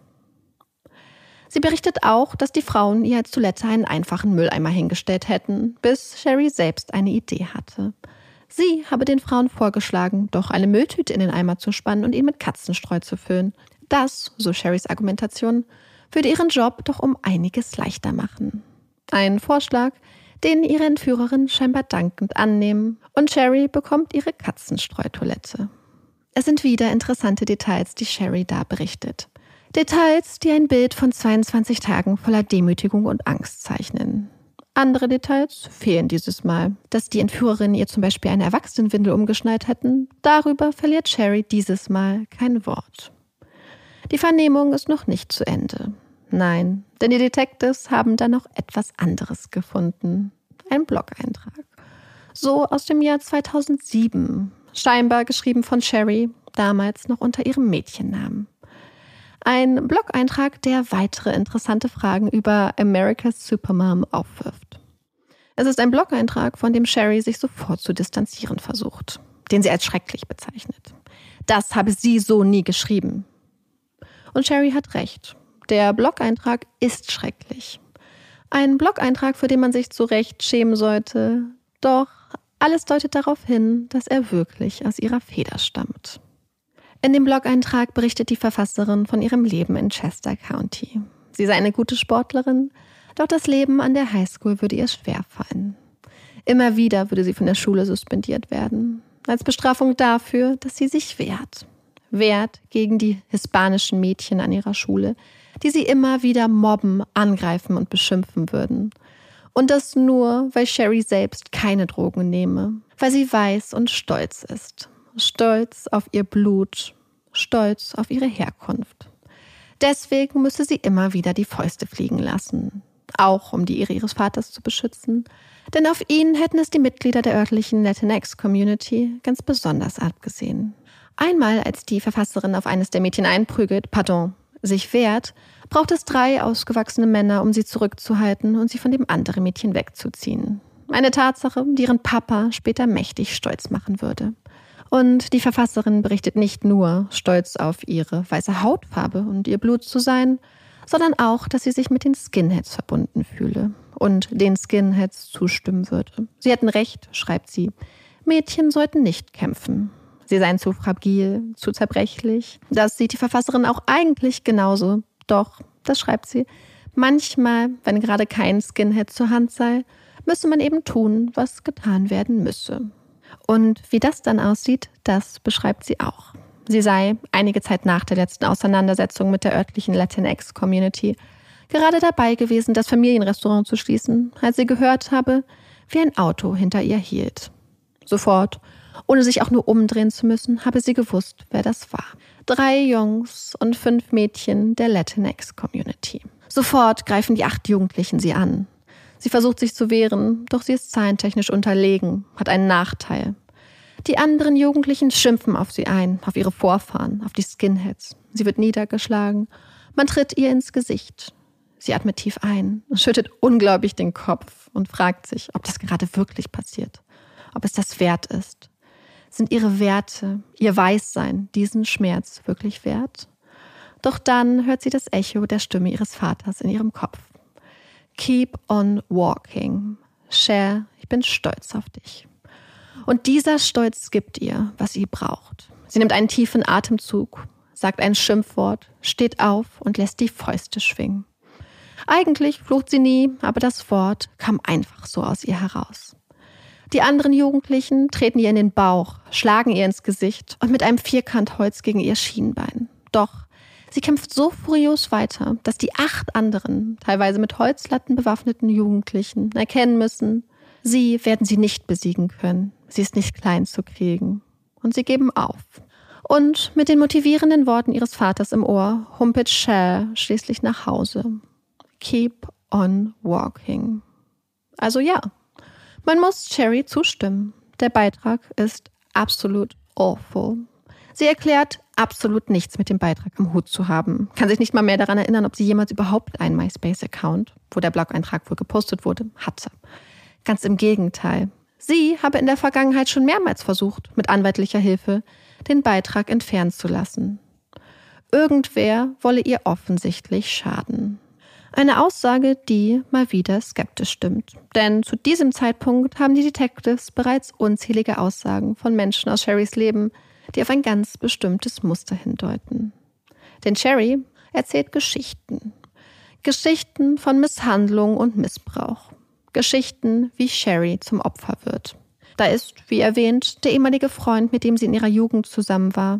Sie berichtet auch, dass die Frauen ihr als Toilette einen einfachen Mülleimer hingestellt hätten, bis Sherry selbst eine Idee hatte. Sie habe den Frauen vorgeschlagen, doch eine Mülltüte in den Eimer zu spannen und ihn mit Katzenstreu zu füllen. Das, so Sherrys Argumentation, würde ihren Job doch um einiges leichter machen. Ein Vorschlag, den ihre Entführerin scheinbar dankend annehmen, und Sherry bekommt ihre Katzenstreutoilette. Es sind wieder interessante Details, die Sherry da berichtet. Details, die ein Bild von zweiundzwanzig Tagen voller Demütigung und Angst zeichnen. Andere Details fehlen dieses Mal. Dass die Entführerinnen ihr zum Beispiel eine Erwachsenenwindel umgeschnallt hätten, darüber verliert Sherry dieses Mal kein Wort. Die Vernehmung ist noch nicht zu Ende. Nein, denn die Detectives haben da noch etwas anderes gefunden. Ein Blog-Eintrag. So aus dem Jahr zweitausendsieben. Scheinbar geschrieben von Sherry, damals noch unter ihrem Mädchennamen. Ein Blog-Eintrag, der weitere interessante Fragen über America's Supermom aufwirft. Es ist ein Blog-Eintrag, von dem Sherry sich sofort zu distanzieren versucht, den sie als schrecklich bezeichnet. Das habe sie so nie geschrieben. Und Sherry hat recht. Der Blog-Eintrag ist schrecklich. Ein Blog-Eintrag, für den man sich zu Recht schämen sollte. Doch alles deutet darauf hin, dass er wirklich aus ihrer Feder stammt. In dem Blog-Eintrag berichtet die Verfasserin von ihrem Leben in Chester County. Sie sei eine gute Sportlerin, doch das Leben an der Highschool würde ihr schwerfallen. Immer wieder würde sie von der Schule suspendiert werden, als Bestrafung dafür, dass sie sich wehrt. Wehrt gegen die hispanischen Mädchen an ihrer Schule, die sie immer wieder mobben, angreifen und beschimpfen würden. Und das nur, weil Sherry selbst keine Drogen nehme, weil sie weiß und stolz ist. Stolz auf ihr Blut, stolz auf ihre Herkunft. Deswegen müsse sie immer wieder die Fäuste fliegen lassen, auch um die Ehre ihres Vaters zu beschützen, denn auf ihn hätten es die Mitglieder der örtlichen Latinx-Community ganz besonders abgesehen. Einmal, als die Verfasserin auf eines der Mädchen einprügelt, pardon, sich wehrt, braucht es drei ausgewachsene Männer, um sie zurückzuhalten und sie von dem anderen Mädchen wegzuziehen. Eine Tatsache, die ihren Papa später mächtig stolz machen würde. Und die Verfasserin berichtet nicht nur, stolz auf ihre weiße Hautfarbe und ihr Blut zu sein, sondern auch, dass sie sich mit den Skinheads verbunden fühle und den Skinheads zustimmen würde. Sie hätten recht, schreibt sie. Mädchen sollten nicht kämpfen. Sie seien zu fragil, zu zerbrechlich. Das sieht die Verfasserin auch eigentlich genauso. Doch, das schreibt sie, manchmal, wenn gerade kein Skinhead zur Hand sei, müsse man eben tun, was getan werden müsse. Und wie das dann aussieht, das beschreibt sie auch. Sie sei, einige Zeit nach der letzten Auseinandersetzung mit der örtlichen Latinx-Community, gerade dabei gewesen, das Familienrestaurant zu schließen, als sie gehört habe, wie ein Auto hinter ihr hielt. Sofort, ohne sich auch nur umdrehen zu müssen, habe sie gewusst, wer das war. Drei Jungs und fünf Mädchen der Latinx-Community. Sofort greifen die acht Jugendlichen sie an. Sie versucht sich zu wehren, doch sie ist zahlentechnisch unterlegen, hat einen Nachteil. Die anderen Jugendlichen schimpfen auf sie ein, auf ihre Vorfahren, auf die Skinheads. Sie wird niedergeschlagen. Man tritt ihr ins Gesicht. Sie atmet tief ein, schüttet unglaublich den Kopf und fragt sich, ob das gerade wirklich passiert, ob es das wert ist. Sind ihre Werte, ihr Weißsein diesen Schmerz wirklich wert? Doch dann hört sie das Echo der Stimme ihres Vaters in ihrem Kopf. Keep on walking. Cher, ich bin stolz auf dich. Und dieser Stolz gibt ihr, was sie braucht. Sie nimmt einen tiefen Atemzug, sagt ein Schimpfwort, steht auf und lässt die Fäuste schwingen. Eigentlich flucht sie nie, aber das Wort kam einfach so aus ihr heraus. Die anderen Jugendlichen treten ihr in den Bauch, schlagen ihr ins Gesicht und mit einem Vierkantholz gegen ihr Schienbein. Doch sie kämpft so furios weiter, dass die acht anderen, teilweise mit Holzlatten bewaffneten Jugendlichen erkennen müssen, sie werden sie nicht besiegen können. Sie ist nicht klein zu kriegen. Und sie geben auf. Und mit den motivierenden Worten ihres Vaters im Ohr humpelt Cher schließlich nach Hause. Keep on walking. Also ja, man muss Sherry zustimmen. Der Beitrag ist absolut awful. Sie erklärt absolut nichts mit dem Beitrag am Hut zu haben, kann sich nicht mal mehr daran erinnern, ob sie jemals überhaupt einen MySpace-Account, wo der Blog-Eintrag wohl gepostet wurde, hatte. Ganz im Gegenteil. Sie habe in der Vergangenheit schon mehrmals versucht, mit anwaltlicher Hilfe den Beitrag entfernen zu lassen. Irgendwer wolle ihr offensichtlich schaden. Eine Aussage, die mal wieder skeptisch stimmt. Denn zu diesem Zeitpunkt haben die Detectives bereits unzählige Aussagen von Menschen aus Sherrys Leben, die auf ein ganz bestimmtes Muster hindeuten. Denn Sherry erzählt Geschichten. Geschichten von Misshandlung und Missbrauch. Geschichten, wie Sherry zum Opfer wird. Da ist, wie erwähnt, der ehemalige Freund, mit dem sie in ihrer Jugend zusammen war,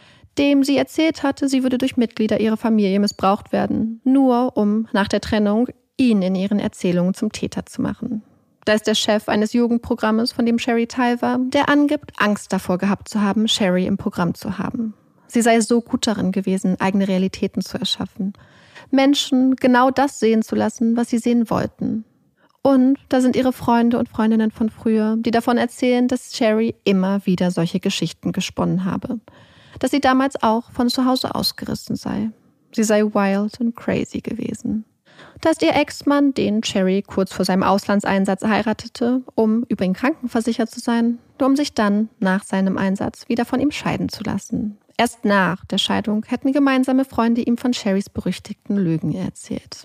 dem sie erzählt hatte, sie würde durch Mitglieder ihrer Familie missbraucht werden, nur um nach der Trennung ihn in ihren Erzählungen zum Täter zu machen. Da ist der Chef eines Jugendprogrammes, von dem Sherry Teil war, der angibt, Angst davor gehabt zu haben, Sherry im Programm zu haben. Sie sei so gut darin gewesen, eigene Realitäten zu erschaffen. Menschen genau das sehen zu lassen, was sie sehen wollten. Und da sind ihre Freunde und Freundinnen von früher, die davon erzählen, dass Sherry immer wieder solche Geschichten gesponnen habe. Dass sie damals auch von zu Hause ausgerissen sei. Sie sei wild und crazy gewesen. Da ist ihr Ex-Mann, den Sherry kurz vor seinem Auslandseinsatz heiratete, um über ihn krankenversichert zu sein, nur um sich dann nach seinem Einsatz wieder von ihm scheiden zu lassen. Erst nach der Scheidung hätten gemeinsame Freunde ihm von Sherrys berüchtigten Lügen erzählt.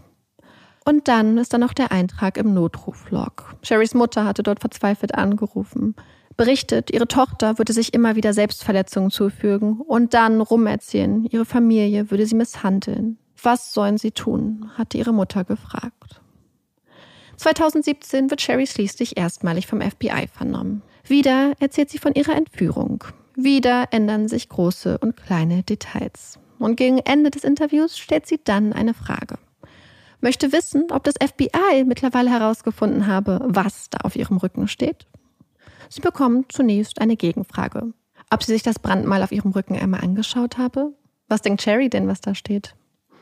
Und dann ist da noch der Eintrag im Notruflog. Sherrys Mutter hatte dort verzweifelt angerufen. Berichtet, ihre Tochter würde sich immer wieder Selbstverletzungen zufügen und dann rumerzählen, ihre Familie würde sie misshandeln. Was sollen sie tun, hatte ihre Mutter gefragt. zweitausendsiebzehn wird Sherry schließlich erstmalig vom F B I vernommen. Wieder erzählt sie von ihrer Entführung. Wieder ändern sich große und kleine Details. Und gegen Ende des Interviews stellt sie dann eine Frage. Möchte wissen, ob das F B I mittlerweile herausgefunden habe, was da auf ihrem Rücken steht. Sie bekommt zunächst eine Gegenfrage. Ob sie sich das Brandmal auf ihrem Rücken einmal angeschaut habe? Was denkt Sherry denn, was da steht?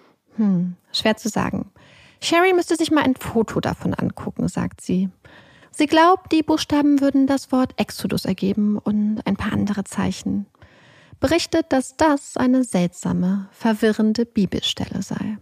Hm, schwer zu sagen. Sherry müsste sich mal ein Foto davon angucken, sagt sie. Sie glaubt, die Buchstaben würden das Wort Exodus ergeben und ein paar andere Zeichen. Berichtet, dass das eine seltsame, verwirrende Bibelstelle sei.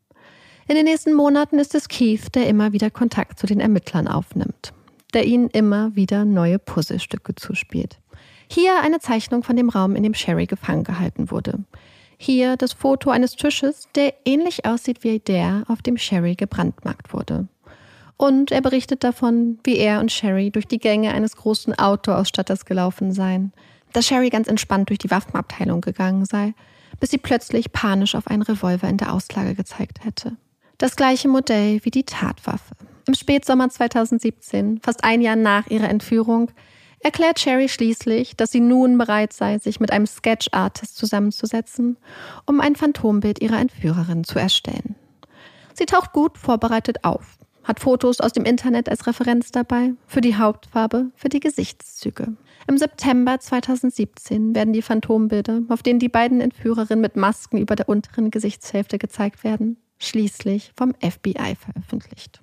In den nächsten Monaten ist es Keith, der immer wieder Kontakt zu den Ermittlern aufnimmt, der ihnen immer wieder neue Puzzlestücke zuspielt. Hier eine Zeichnung von dem Raum, in dem Sherry gefangen gehalten wurde. Hier das Foto eines Tisches, der ähnlich aussieht wie der, auf dem Sherry gebrandmarkt wurde. Und er berichtet davon, wie er und Sherry durch die Gänge eines großen Autoausstatters gelaufen seien, dass Sherry ganz entspannt durch die Waffenabteilung gegangen sei, bis sie plötzlich panisch auf einen Revolver in der Auslage gezeigt hätte. Das gleiche Modell wie die Tatwaffe. Im Spätsommer zweitausendsiebzehn, fast ein Jahr nach ihrer Entführung, erklärt Sherry schließlich, dass sie nun bereit sei, sich mit einem Sketch-Artist zusammenzusetzen, um ein Phantombild ihrer Entführerin zu erstellen. Sie taucht gut vorbereitet auf, hat Fotos aus dem Internet als Referenz dabei, für die Hauptfarbe, für die Gesichtszüge. Im September zweitausendsiebzehn werden die Phantombilder, auf denen die beiden Entführerinnen mit Masken über der unteren Gesichtshälfte gezeigt werden, schließlich vom F B I veröffentlicht.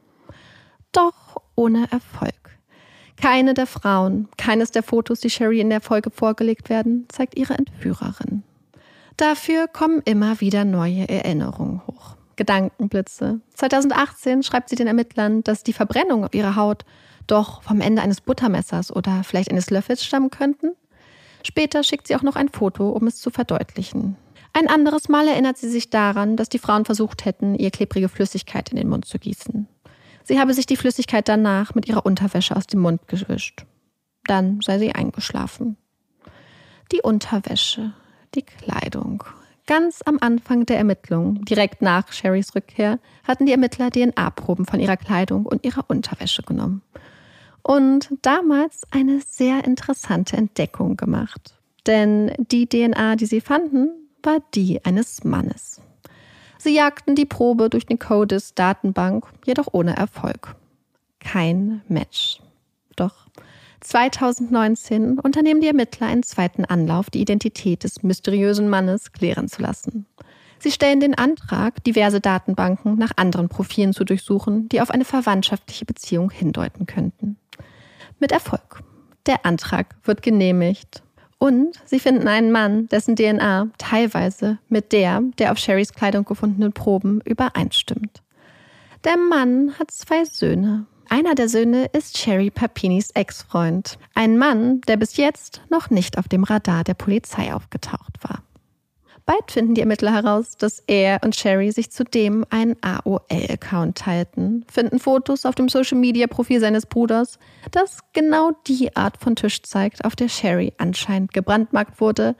Doch ohne Erfolg. Keine der Frauen, keines der Fotos, die Sherry in der Folge vorgelegt werden, zeigt ihre Entführerin. Dafür kommen immer wieder neue Erinnerungen hoch. Gedankenblitze. zweitausendachtzehn schreibt sie den Ermittlern, dass die Verbrennungen auf ihrer Haut doch vom Ende eines Buttermessers oder vielleicht eines Löffels stammen könnten. Später schickt sie auch noch ein Foto, um es zu verdeutlichen. Ein anderes Mal erinnert sie sich daran, dass die Frauen versucht hätten, ihr klebrige Flüssigkeit in den Mund zu gießen. Sie habe sich die Flüssigkeit danach mit ihrer Unterwäsche aus dem Mund gewischt. Dann sei sie eingeschlafen. Die Unterwäsche, die Kleidung. Ganz am Anfang der Ermittlung, direkt nach Sherrys Rückkehr, hatten die Ermittler D N A-Proben von ihrer Kleidung und ihrer Unterwäsche genommen. Und damals eine sehr interessante Entdeckung gemacht. Denn die D N A, die sie fanden, war die eines Mannes. Sie jagten die Probe durch den CODIS-Datenbank, jedoch ohne Erfolg. Kein Match. Doch zweitausendneunzehn unternehmen die Ermittler einen zweiten Anlauf, die Identität des mysteriösen Mannes klären zu lassen. Sie stellen den Antrag, diverse Datenbanken nach anderen Profilen zu durchsuchen, die auf eine verwandtschaftliche Beziehung hindeuten könnten. Mit Erfolg. Der Antrag wird genehmigt. Und sie finden einen Mann, dessen D N A teilweise mit der der auf Sherrys Kleidung gefundenen Proben übereinstimmt. Der Mann hat zwei Söhne. Einer der Söhne ist Sherry Papinis Ex-Freund. Ein Mann, der bis jetzt noch nicht auf dem Radar der Polizei aufgetaucht war. Bald finden die Ermittler heraus, dass er und Sherry sich zudem einen A O L-Account teilten, finden Fotos auf dem Social-Media-Profil seines Bruders, das genau die Art von Tisch zeigt, auf der Sherry anscheinend gebrandmarkt wurde,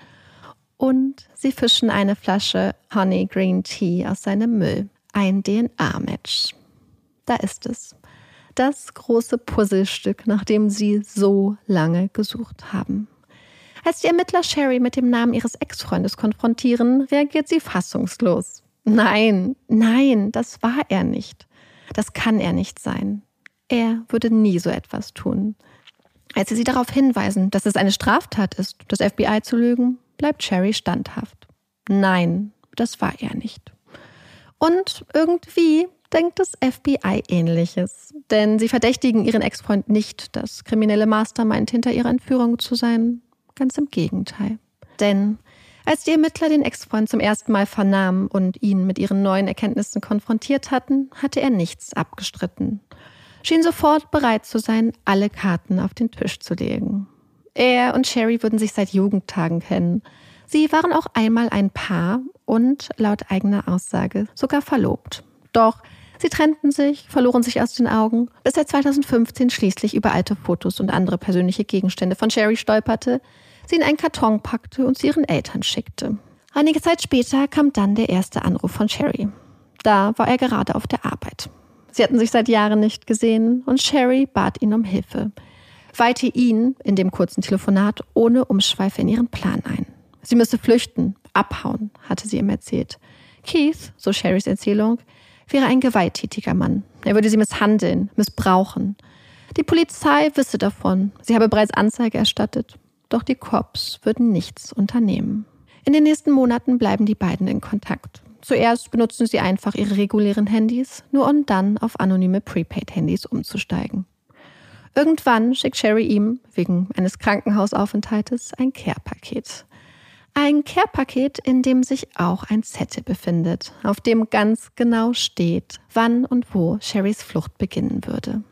und sie fischen eine Flasche Honey Green Tea aus seinem Müll. Ein D N A-Match. Da ist es. Das große Puzzlestück, nach dem sie so lange gesucht haben. Als die Ermittler Sherry mit dem Namen ihres Ex-Freundes konfrontieren, reagiert sie fassungslos. Nein, nein, das war er nicht. Das kann er nicht sein. Er würde nie so etwas tun. Als sie sie darauf hinweisen, dass es eine Straftat ist, das F B I zu lügen, bleibt Sherry standhaft. Nein, das war er nicht. Und irgendwie denkt das F B I Ähnliches. Denn sie verdächtigen ihren Ex-Freund nicht, das kriminelle Mastermind hinter ihrer Entführung zu sein. Ganz im Gegenteil. Denn als die Ermittler den Ex-Freund zum ersten Mal vernahmen und ihn mit ihren neuen Erkenntnissen konfrontiert hatten, hatte er nichts abgestritten. Schien sofort bereit zu sein, alle Karten auf den Tisch zu legen. Er und Sherry würden sich seit Jugendtagen kennen. Sie waren auch einmal ein Paar und laut eigener Aussage sogar verlobt. Doch sie trennten sich, verloren sich aus den Augen, bis er zweitausendfünfzehn schließlich über alte Fotos und andere persönliche Gegenstände von Sherry stolperte, sie in einen Karton packte und sie ihren Eltern schickte. Einige Zeit später kam dann der erste Anruf von Sherry. Da war er gerade auf der Arbeit. Sie hatten sich seit Jahren nicht gesehen und Sherry bat ihn um Hilfe, weihte ihn in dem kurzen Telefonat ohne Umschweife in ihren Plan ein. Sie müsse flüchten, abhauen, hatte sie ihm erzählt. Keith, so Sherrys Erzählung, wäre ein gewalttätiger Mann. Er würde sie misshandeln, missbrauchen. Die Polizei wisse davon. Sie habe bereits Anzeige erstattet. Doch die Cops würden nichts unternehmen. In den nächsten Monaten bleiben die beiden in Kontakt. Zuerst benutzen sie einfach ihre regulären Handys, nur um dann auf anonyme Prepaid-Handys umzusteigen. Irgendwann schickt Sherry ihm, wegen eines Krankenhausaufenthaltes, ein Care-Paket. Ein Care-Paket, in dem sich auch ein Zettel befindet, auf dem ganz genau steht, wann und wo Sherrys Flucht beginnen würde.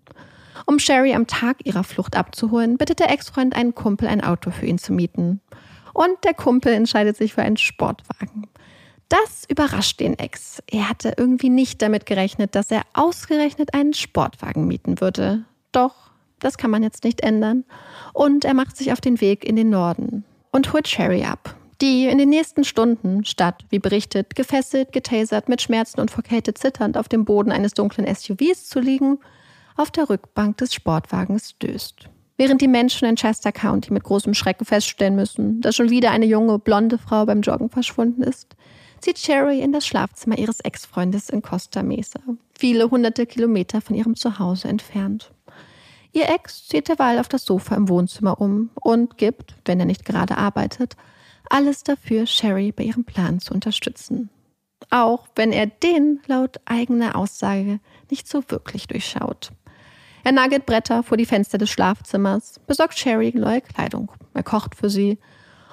Um Sherry am Tag ihrer Flucht abzuholen, bittet der Ex-Freund einen Kumpel, ein Auto für ihn zu mieten. Und der Kumpel entscheidet sich für einen Sportwagen. Das überrascht den Ex. Er hatte irgendwie nicht damit gerechnet, dass er ausgerechnet einen Sportwagen mieten würde. Doch, das kann man jetzt nicht ändern. Und er macht sich auf den Weg in den Norden und holt Sherry ab, die in den nächsten Stunden, statt, wie berichtet, gefesselt, getasert, mit Schmerzen und vor Kälte zitternd auf dem Boden eines dunklen S U Vs zu liegen, auf der Rückbank des Sportwagens döst. Während die Menschen in Chester County mit großem Schrecken feststellen müssen, dass schon wieder eine junge, blonde Frau beim Joggen verschwunden ist, zieht Sherry in das Schlafzimmer ihres Ex-Freundes in Costa Mesa, viele hunderte Kilometer von ihrem Zuhause entfernt. Ihr Ex zieht derweil auf das Sofa im Wohnzimmer um und gibt, wenn er nicht gerade arbeitet, alles dafür, Sherry bei ihrem Plan zu unterstützen. Auch wenn er den, laut eigener Aussage, nicht so wirklich durchschaut. Er nagelt Bretter vor die Fenster des Schlafzimmers, besorgt Sherry neue Kleidung, er kocht für sie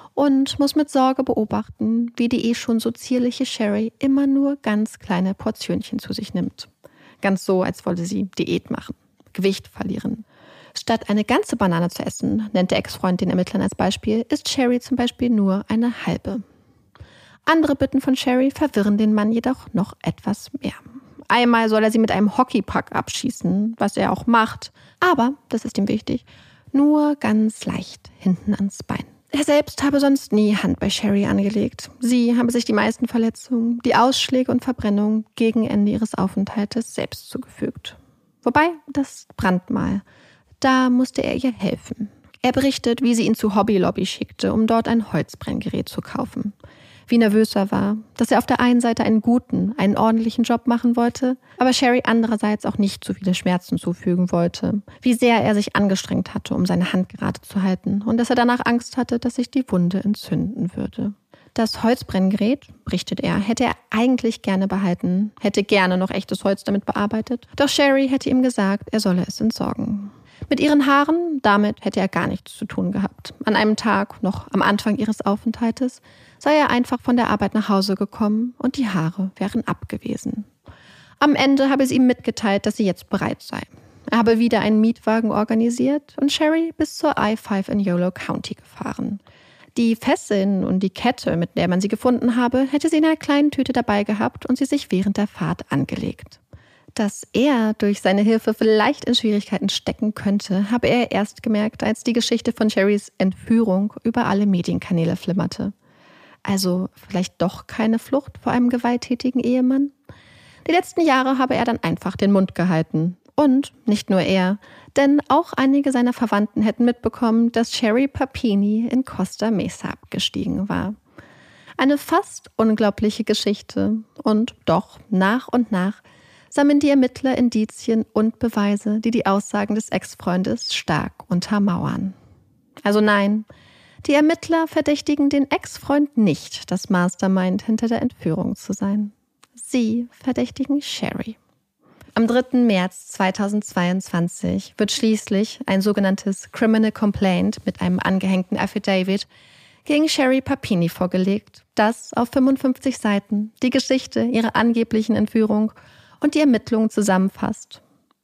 und muss mit Sorge beobachten, wie die eh schon so zierliche Sherry immer nur ganz kleine Portionchen zu sich nimmt. Ganz so, als wolle sie Diät machen. Gewicht verlieren. Statt eine ganze Banane zu essen, nennt der Ex-Freund den Ermittlern als Beispiel, isst Sherry zum Beispiel nur eine halbe. Andere Bitten von Sherry verwirren den Mann jedoch noch etwas mehr. Einmal soll er sie mit einem Hockeypuck abschießen, was er auch macht, aber, das ist ihm wichtig, nur ganz leicht hinten ans Bein. Er selbst habe sonst nie Hand bei Sherry angelegt. Sie habe sich die meisten Verletzungen, die Ausschläge und Verbrennungen gegen Ende ihres Aufenthaltes selbst zugefügt. Wobei, das Brandmal, da musste er ihr helfen. Er berichtet, wie sie ihn zu Hobby Lobby schickte, um dort ein Holzbrenngerät zu kaufen. Wie nervös er war, dass er auf der einen Seite einen guten, einen ordentlichen Job machen wollte, aber Sherry andererseits auch nicht zu viele Schmerzen zufügen wollte. Wie sehr er sich angestrengt hatte, um seine Hand gerade zu halten und dass er danach Angst hatte, dass sich die Wunde entzünden würde. Das Holzbrenngerät, berichtet er, hätte er eigentlich gerne behalten, hätte gerne noch echtes Holz damit bearbeitet. Doch Sherry hätte ihm gesagt, er solle es entsorgen. Mit ihren Haaren, damit hätte er gar nichts zu tun gehabt. An einem Tag, noch am Anfang ihres Aufenthaltes, sei er einfach von der Arbeit nach Hause gekommen und die Haare wären ab gewesen. Am Ende habe sie ihm mitgeteilt, dass sie jetzt bereit sei. Er habe wieder einen Mietwagen organisiert und Sherry bis zur I fünf in Yolo County gefahren. Die Fesseln und die Kette, mit der man sie gefunden habe, hätte sie in einer kleinen Tüte dabei gehabt und sie sich während der Fahrt angelegt. Dass er durch seine Hilfe vielleicht in Schwierigkeiten stecken könnte, habe er erst gemerkt, als die Geschichte von Sherrys Entführung über alle Medienkanäle flimmerte. Also vielleicht doch keine Flucht vor einem gewalttätigen Ehemann? Die letzten Jahre habe er dann einfach den Mund gehalten. Und nicht nur er, denn auch einige seiner Verwandten hätten mitbekommen, dass Sherry Papini in Costa Mesa abgestiegen war. Eine fast unglaubliche Geschichte. Und doch, nach und nach, sammeln die Ermittler Indizien und Beweise, die die Aussagen des Ex-Freundes stark untermauern. Also nein, die Ermittler verdächtigen den Ex-Freund nicht, das Mastermind hinter der Entführung zu sein. Sie verdächtigen Sherry. Am dritten März zweitausendzweiundzwanzig wird schließlich ein sogenanntes Criminal Complaint mit einem angehängten Affidavit gegen Sherry Papini vorgelegt, das auf fünfundfünfzig Seiten die Geschichte ihrer angeblichen Entführung und die Ermittlungen zusammenfasst.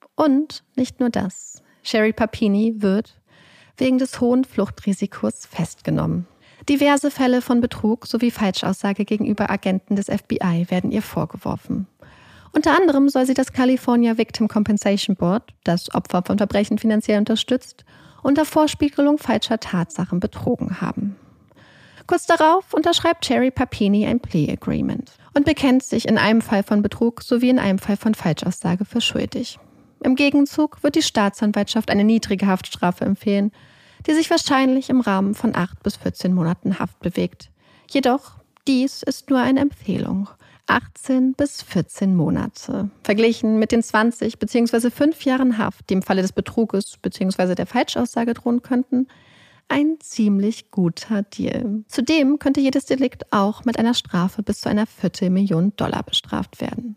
Und nicht nur das. Sherry Papini wird wegen des hohen Fluchtrisikos festgenommen. Diverse Fälle von Betrug sowie Falschaussage gegenüber Agenten des F B I werden ihr vorgeworfen. Unter anderem soll sie das California Victim Compensation Board, das Opfer von Verbrechen finanziell unterstützt, unter Vorspiegelung falscher Tatsachen betrogen haben. Kurz darauf unterschreibt Sherry Papini ein Plea Agreement und bekennt sich in einem Fall von Betrug sowie in einem Fall von Falschaussage für schuldig. Im Gegenzug wird die Staatsanwaltschaft eine niedrige Haftstrafe empfehlen, die sich wahrscheinlich im Rahmen von acht bis vierzehn Monaten Haft bewegt. Jedoch, dies ist nur eine Empfehlung. achtzehn bis vierzehn Monate. Verglichen mit den zwanzig bzw. fünf Jahren Haft, die im Falle des Betruges bzw. der Falschaussage drohen könnten, ein ziemlich guter Deal. Zudem könnte jedes Delikt auch mit einer Strafe bis zu einer Viertelmillion Dollar bestraft werden.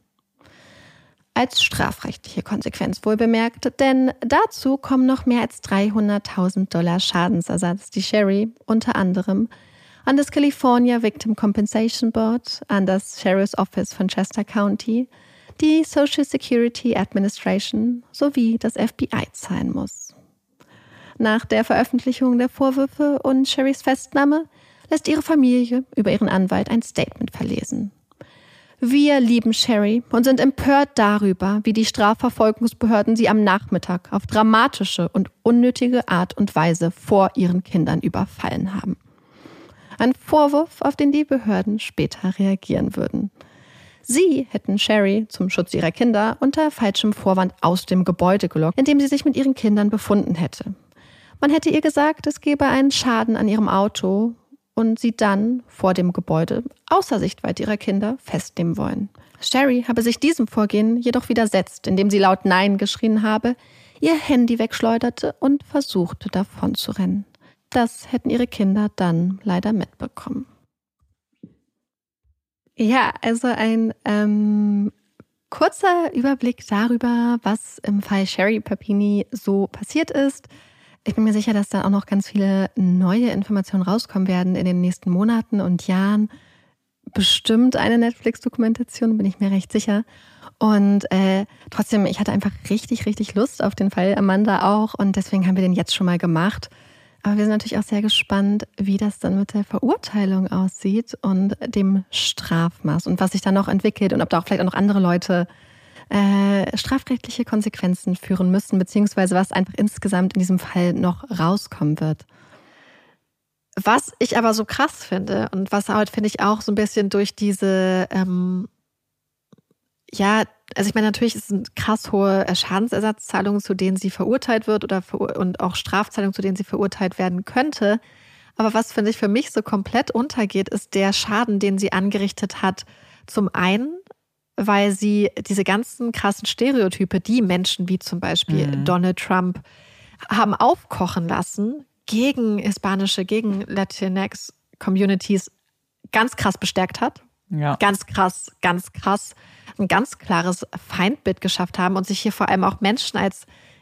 Als strafrechtliche Konsequenz wohlbemerkt, denn dazu kommen noch mehr als dreihunderttausend Dollar Schadensersatz, die Sherry unter anderem an das California Victim Compensation Board, an das Sheriff's Office von Chester County, die Social Security Administration sowie das F B I zahlen muss. Nach der Veröffentlichung der Vorwürfe und Sherrys Festnahme lässt ihre Familie über ihren Anwalt ein Statement verlesen. Wir lieben Sherry und sind empört darüber, wie die Strafverfolgungsbehörden sie am Nachmittag auf dramatische und unnötige Art und Weise vor ihren Kindern überfallen haben. Ein Vorwurf, auf den die Behörden später reagieren würden. Sie hätten Sherry zum Schutz ihrer Kinder unter falschem Vorwand aus dem Gebäude gelockt, in dem sie sich mit ihren Kindern befunden hätte. Man hätte ihr gesagt, es gebe einen Schaden an ihrem Auto und sie dann vor dem Gebäude außer Sichtweite ihrer Kinder festnehmen wollen. Sherry habe sich diesem Vorgehen jedoch widersetzt, indem sie laut Nein geschrien habe, ihr Handy wegschleuderte und versuchte davon zu rennen. Das hätten ihre Kinder dann leider mitbekommen. Ja, also ein ähm, kurzer Überblick darüber, was im Fall Sherry Papini so passiert ist. Ich bin mir sicher, dass da auch noch ganz viele neue Informationen rauskommen werden in den nächsten Monaten und Jahren. Bestimmt eine Netflix-Dokumentation, bin ich mir recht sicher. Und äh, trotzdem, ich hatte einfach richtig, richtig Lust auf den Fall, Amanda auch. Und deswegen haben wir den jetzt schon mal gemacht. Aber wir sind natürlich auch sehr gespannt, wie das dann mit der Verurteilung aussieht und dem Strafmaß und was sich da noch entwickelt und ob da auch vielleicht auch noch andere Leute äh, strafrechtliche Konsequenzen führen müssen, beziehungsweise was einfach insgesamt in diesem Fall noch rauskommen wird. Was ich aber so krass finde und was halt, finde ich, auch so ein bisschen durch diese, ähm, ja, also ich meine, natürlich ist es eine krass hohe Schadensersatzzahlung, zu denen sie verurteilt wird oder ver- und auch Strafzahlung, zu denen sie verurteilt werden könnte. Aber was, finde ich, für mich so komplett untergeht, ist der Schaden, den sie angerichtet hat. Zum einen, weil sie diese ganzen krassen Stereotype, die Menschen wie zum Beispiel mhm. Donald Trump haben aufkochen lassen, gegen hispanische, gegen Latinx-Communities ganz krass bestärkt hat. Ja. Ganz krass, ganz krass. Ein ganz klares Feindbild geschafft haben und sich hier vor allem auch Menschen als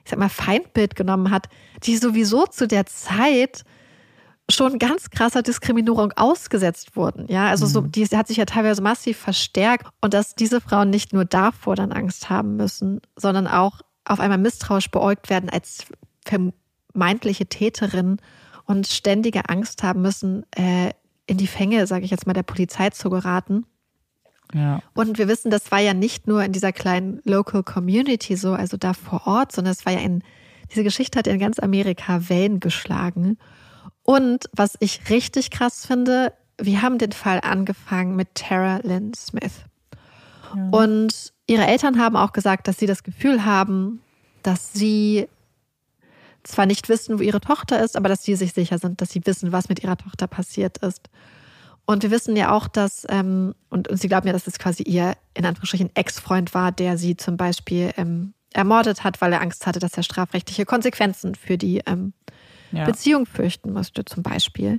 ich sag mal, Feindbild genommen hat, die sowieso zu der Zeit schon ganz krasser Diskriminierung ausgesetzt wurden. Ja, also so, die hat sich ja teilweise massiv verstärkt und dass diese Frauen nicht nur davor dann Angst haben müssen, sondern auch auf einmal misstrauisch beäugt werden als vermeintliche Täterin und ständige Angst haben müssen, äh, in die Fänge, sage ich jetzt mal, der Polizei zu geraten. Ja. Und wir wissen, das war ja nicht nur in dieser kleinen Local Community so, also da vor Ort, sondern es war ja in, diese Geschichte hat in ganz Amerika Wellen geschlagen. Und was ich richtig krass finde, wir haben den Fall angefangen mit Tara Lynn Smith. Ja. Und ihre Eltern haben auch gesagt, dass sie das Gefühl haben, dass sie zwar nicht wissen, wo ihre Tochter ist, aber dass sie sich sicher sind, dass sie wissen, was mit ihrer Tochter passiert ist. Und wir wissen ja auch, dass, ähm, und, und sie glauben ja, dass es quasi ihr, in Anführungsstrichen, Ex-Freund war, der sie zum Beispiel ähm, ermordet hat, weil er Angst hatte, dass er strafrechtliche Konsequenzen für die ähm, ja. Beziehung fürchten musste, zum Beispiel.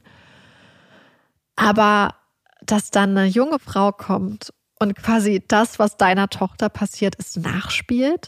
Aber dass dann eine junge Frau kommt und quasi das, was deiner Tochter passiert ist, nachspielt.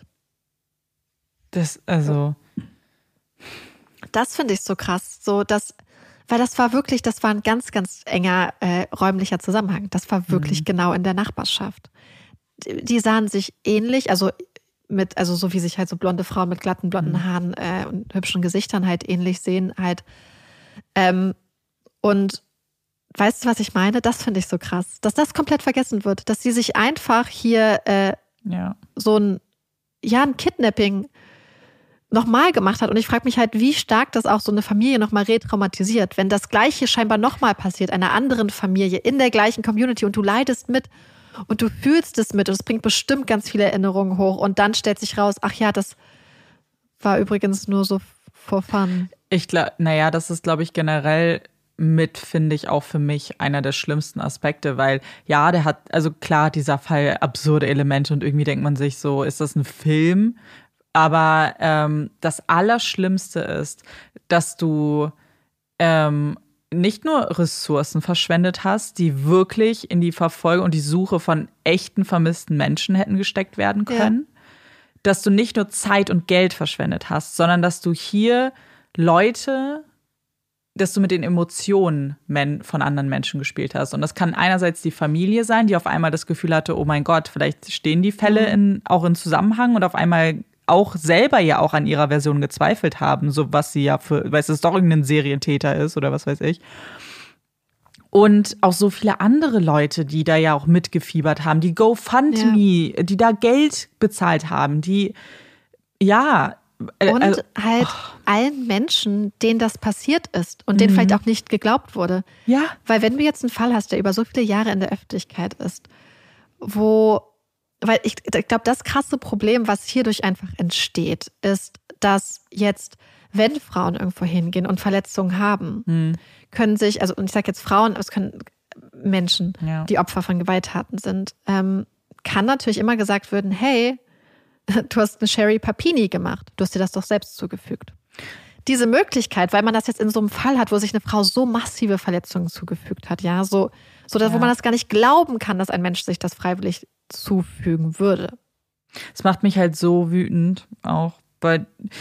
Das, also. Das finde ich so krass. So, dass, weil das war wirklich, das war ein ganz, ganz enger äh, räumlicher Zusammenhang. Das war wirklich mhm. genau in der Nachbarschaft. Die, die sahen sich ähnlich, also mit, also so wie sich halt so blonde Frauen mit glatten blonden mhm. Haaren äh, und hübschen Gesichtern halt ähnlich sehen halt. Ähm, und weißt du, was ich meine? Das finde ich so krass, dass das komplett vergessen wird, dass sie sich einfach hier äh, ja. so ein, ja, ein Kidnapping nochmal gemacht hat. Und ich frage mich halt, wie stark das auch so eine Familie nochmal retraumatisiert, wenn das Gleiche scheinbar nochmal passiert, einer anderen Familie, in der gleichen Community und du leidest mit und du fühlst es mit und es bringt bestimmt ganz viele Erinnerungen hoch und dann stellt sich raus, ach ja, das war übrigens nur so for fun. Ich glaube, naja, das ist, glaube ich, generell mit, finde ich, auch für mich einer der schlimmsten Aspekte, weil ja, der hat, also klar, dieser Fall absurde Elemente und irgendwie denkt man sich so, ist das ein Film? Aber ähm, das Allerschlimmste ist, dass du ähm, nicht nur Ressourcen verschwendet hast, die wirklich in die Verfolgung und die Suche von echten vermissten Menschen hätten gesteckt werden können. Ja. Dass du nicht nur Zeit und Geld verschwendet hast, sondern dass du hier Leute, dass du mit den Emotionen von anderen Menschen gespielt hast. Und das kann einerseits die Familie sein, die auf einmal das Gefühl hatte, oh mein Gott, vielleicht stehen die Fälle in, auch in Zusammenhang und auf einmal auch selber ja auch an ihrer Version gezweifelt haben, so was sie ja für, weil es doch irgendein Serientäter ist oder was weiß ich. Und auch so viele andere Leute, die da ja auch mitgefiebert haben, die GoFundMe, ja. die da Geld bezahlt haben, die, ja. Äh, und also, halt oh. allen Menschen, denen das passiert ist und denen mhm. vielleicht auch nicht geglaubt wurde. Ja. Weil wenn du jetzt einen Fall hast, der über so viele Jahre in der Öffentlichkeit ist, wo Weil ich, ich glaube, das krasse Problem, was hierdurch einfach entsteht, ist, dass jetzt, wenn Frauen irgendwo hingehen und Verletzungen haben, hm. können sich, also und ich sage jetzt Frauen, aber es können Menschen, ja. die Opfer von Gewalttaten sind, ähm, kann natürlich immer gesagt werden, hey, du hast eine Sherry Papini gemacht, du hast dir das doch selbst zugefügt. Diese Möglichkeit, weil man das jetzt in so einem Fall hat, wo sich eine Frau so massive Verletzungen zugefügt hat, ja, so, so dass, ja. wo man das gar nicht glauben kann, dass ein Mensch sich das freiwillig zufügen würde. Es macht mich halt so wütend, auch weil,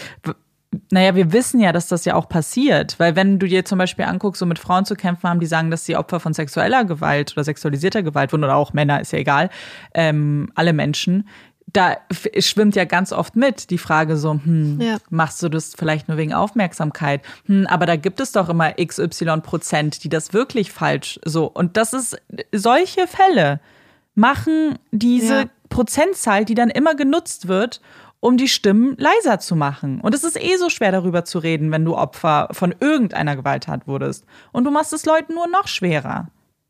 naja, wir wissen ja, dass das ja auch passiert, weil wenn du dir zum Beispiel anguckst, so mit Frauen zu kämpfen haben, die sagen, dass sie Opfer von sexueller Gewalt oder sexualisierter Gewalt wurden oder auch Männer, ist ja egal, ähm, alle Menschen, da schwimmt ja ganz oft mit die Frage so, hm, ja. machst du das vielleicht nur wegen Aufmerksamkeit? Hm, aber da gibt es doch immer X Y Prozent, die das wirklich falsch so. Und das ist, solche Fälle machen diese ja. Prozentzahl, die dann immer genutzt wird, um die Stimmen leiser zu machen. Und es ist eh so schwer, darüber zu reden, wenn du Opfer von irgendeiner Gewalttat wurdest. Und du machst es Leuten nur noch schwerer.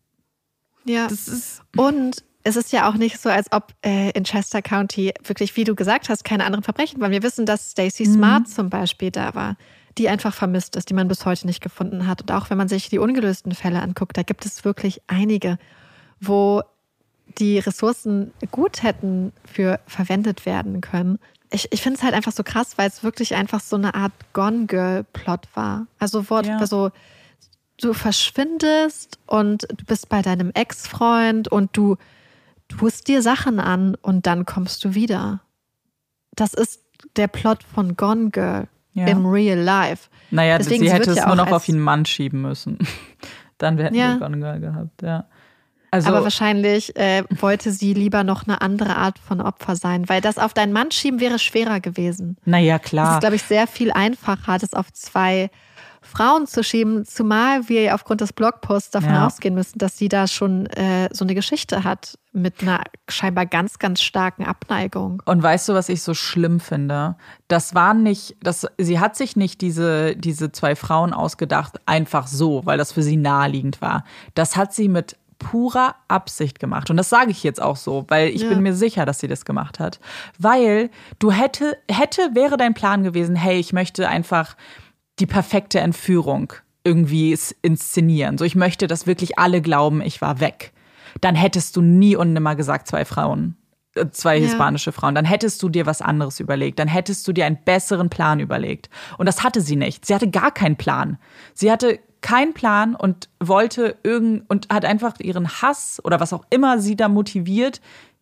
Ja, das ist und es ist ja auch nicht so, als ob äh, in Chester County wirklich, wie du gesagt hast, keine anderen Verbrechen waren. Wir wissen, dass Stacey Smart mhm. zum Beispiel da war, die einfach vermisst ist, die man bis heute nicht gefunden hat. Und auch wenn man sich die ungelösten Fälle anguckt, da gibt es wirklich einige, wo die Ressourcen gut hätten für verwendet werden können. Ich, ich finde es halt einfach so krass, weil es wirklich einfach so eine Art Gone Girl-Plot war. Also, wo ja. also, du verschwindest und du bist bei deinem Ex-Freund und du tust dir Sachen an und dann kommst du wieder. Das ist der Plot von Gone Girl Ja. im Real Life. Naja, Deswegen, sie sie hätte wird es ja nur auch noch auf als- ihren Mann schieben müssen. Dann hätten Ja. wir Gone Girl gehabt, ja. Also, Aber wahrscheinlich äh, wollte sie lieber noch eine andere Art von Opfer sein, weil das auf deinen Mann schieben wäre schwerer gewesen. naja, Es klar. ist, glaube ich, sehr viel einfacher, das auf zwei Frauen zu schieben, zumal wir aufgrund des Blogposts davon Ja. ausgehen müssen, dass sie da schon äh, so eine Geschichte hat mit einer scheinbar ganz, ganz starken Abneigung. Und weißt du, was ich so schlimm finde? Das waren nicht, das, sie hat sich nicht diese, diese zwei Frauen ausgedacht, einfach so, weil das für sie naheliegend war. Das hat sie mit purer Absicht gemacht. Und das sage ich jetzt auch so, weil ich Ja. bin mir sicher, dass sie das gemacht hat. Weil du hätte, hätte, wäre dein Plan gewesen, hey, ich möchte einfach die perfekte Entführung irgendwie s- inszenieren. So, ich möchte, dass wirklich alle glauben, ich war weg. Dann hättest du nie und nimmer gesagt, zwei Frauen, äh, zwei Ja. hispanische Frauen. Dann hättest du dir was anderes überlegt. Dann hättest du dir einen besseren Plan überlegt. Und das hatte sie nicht. Sie hatte gar keinen Plan. Sie hatte keinen Plan und wollte irgend und hat einfach ihren Hass oder was auch immer sie da motiviert,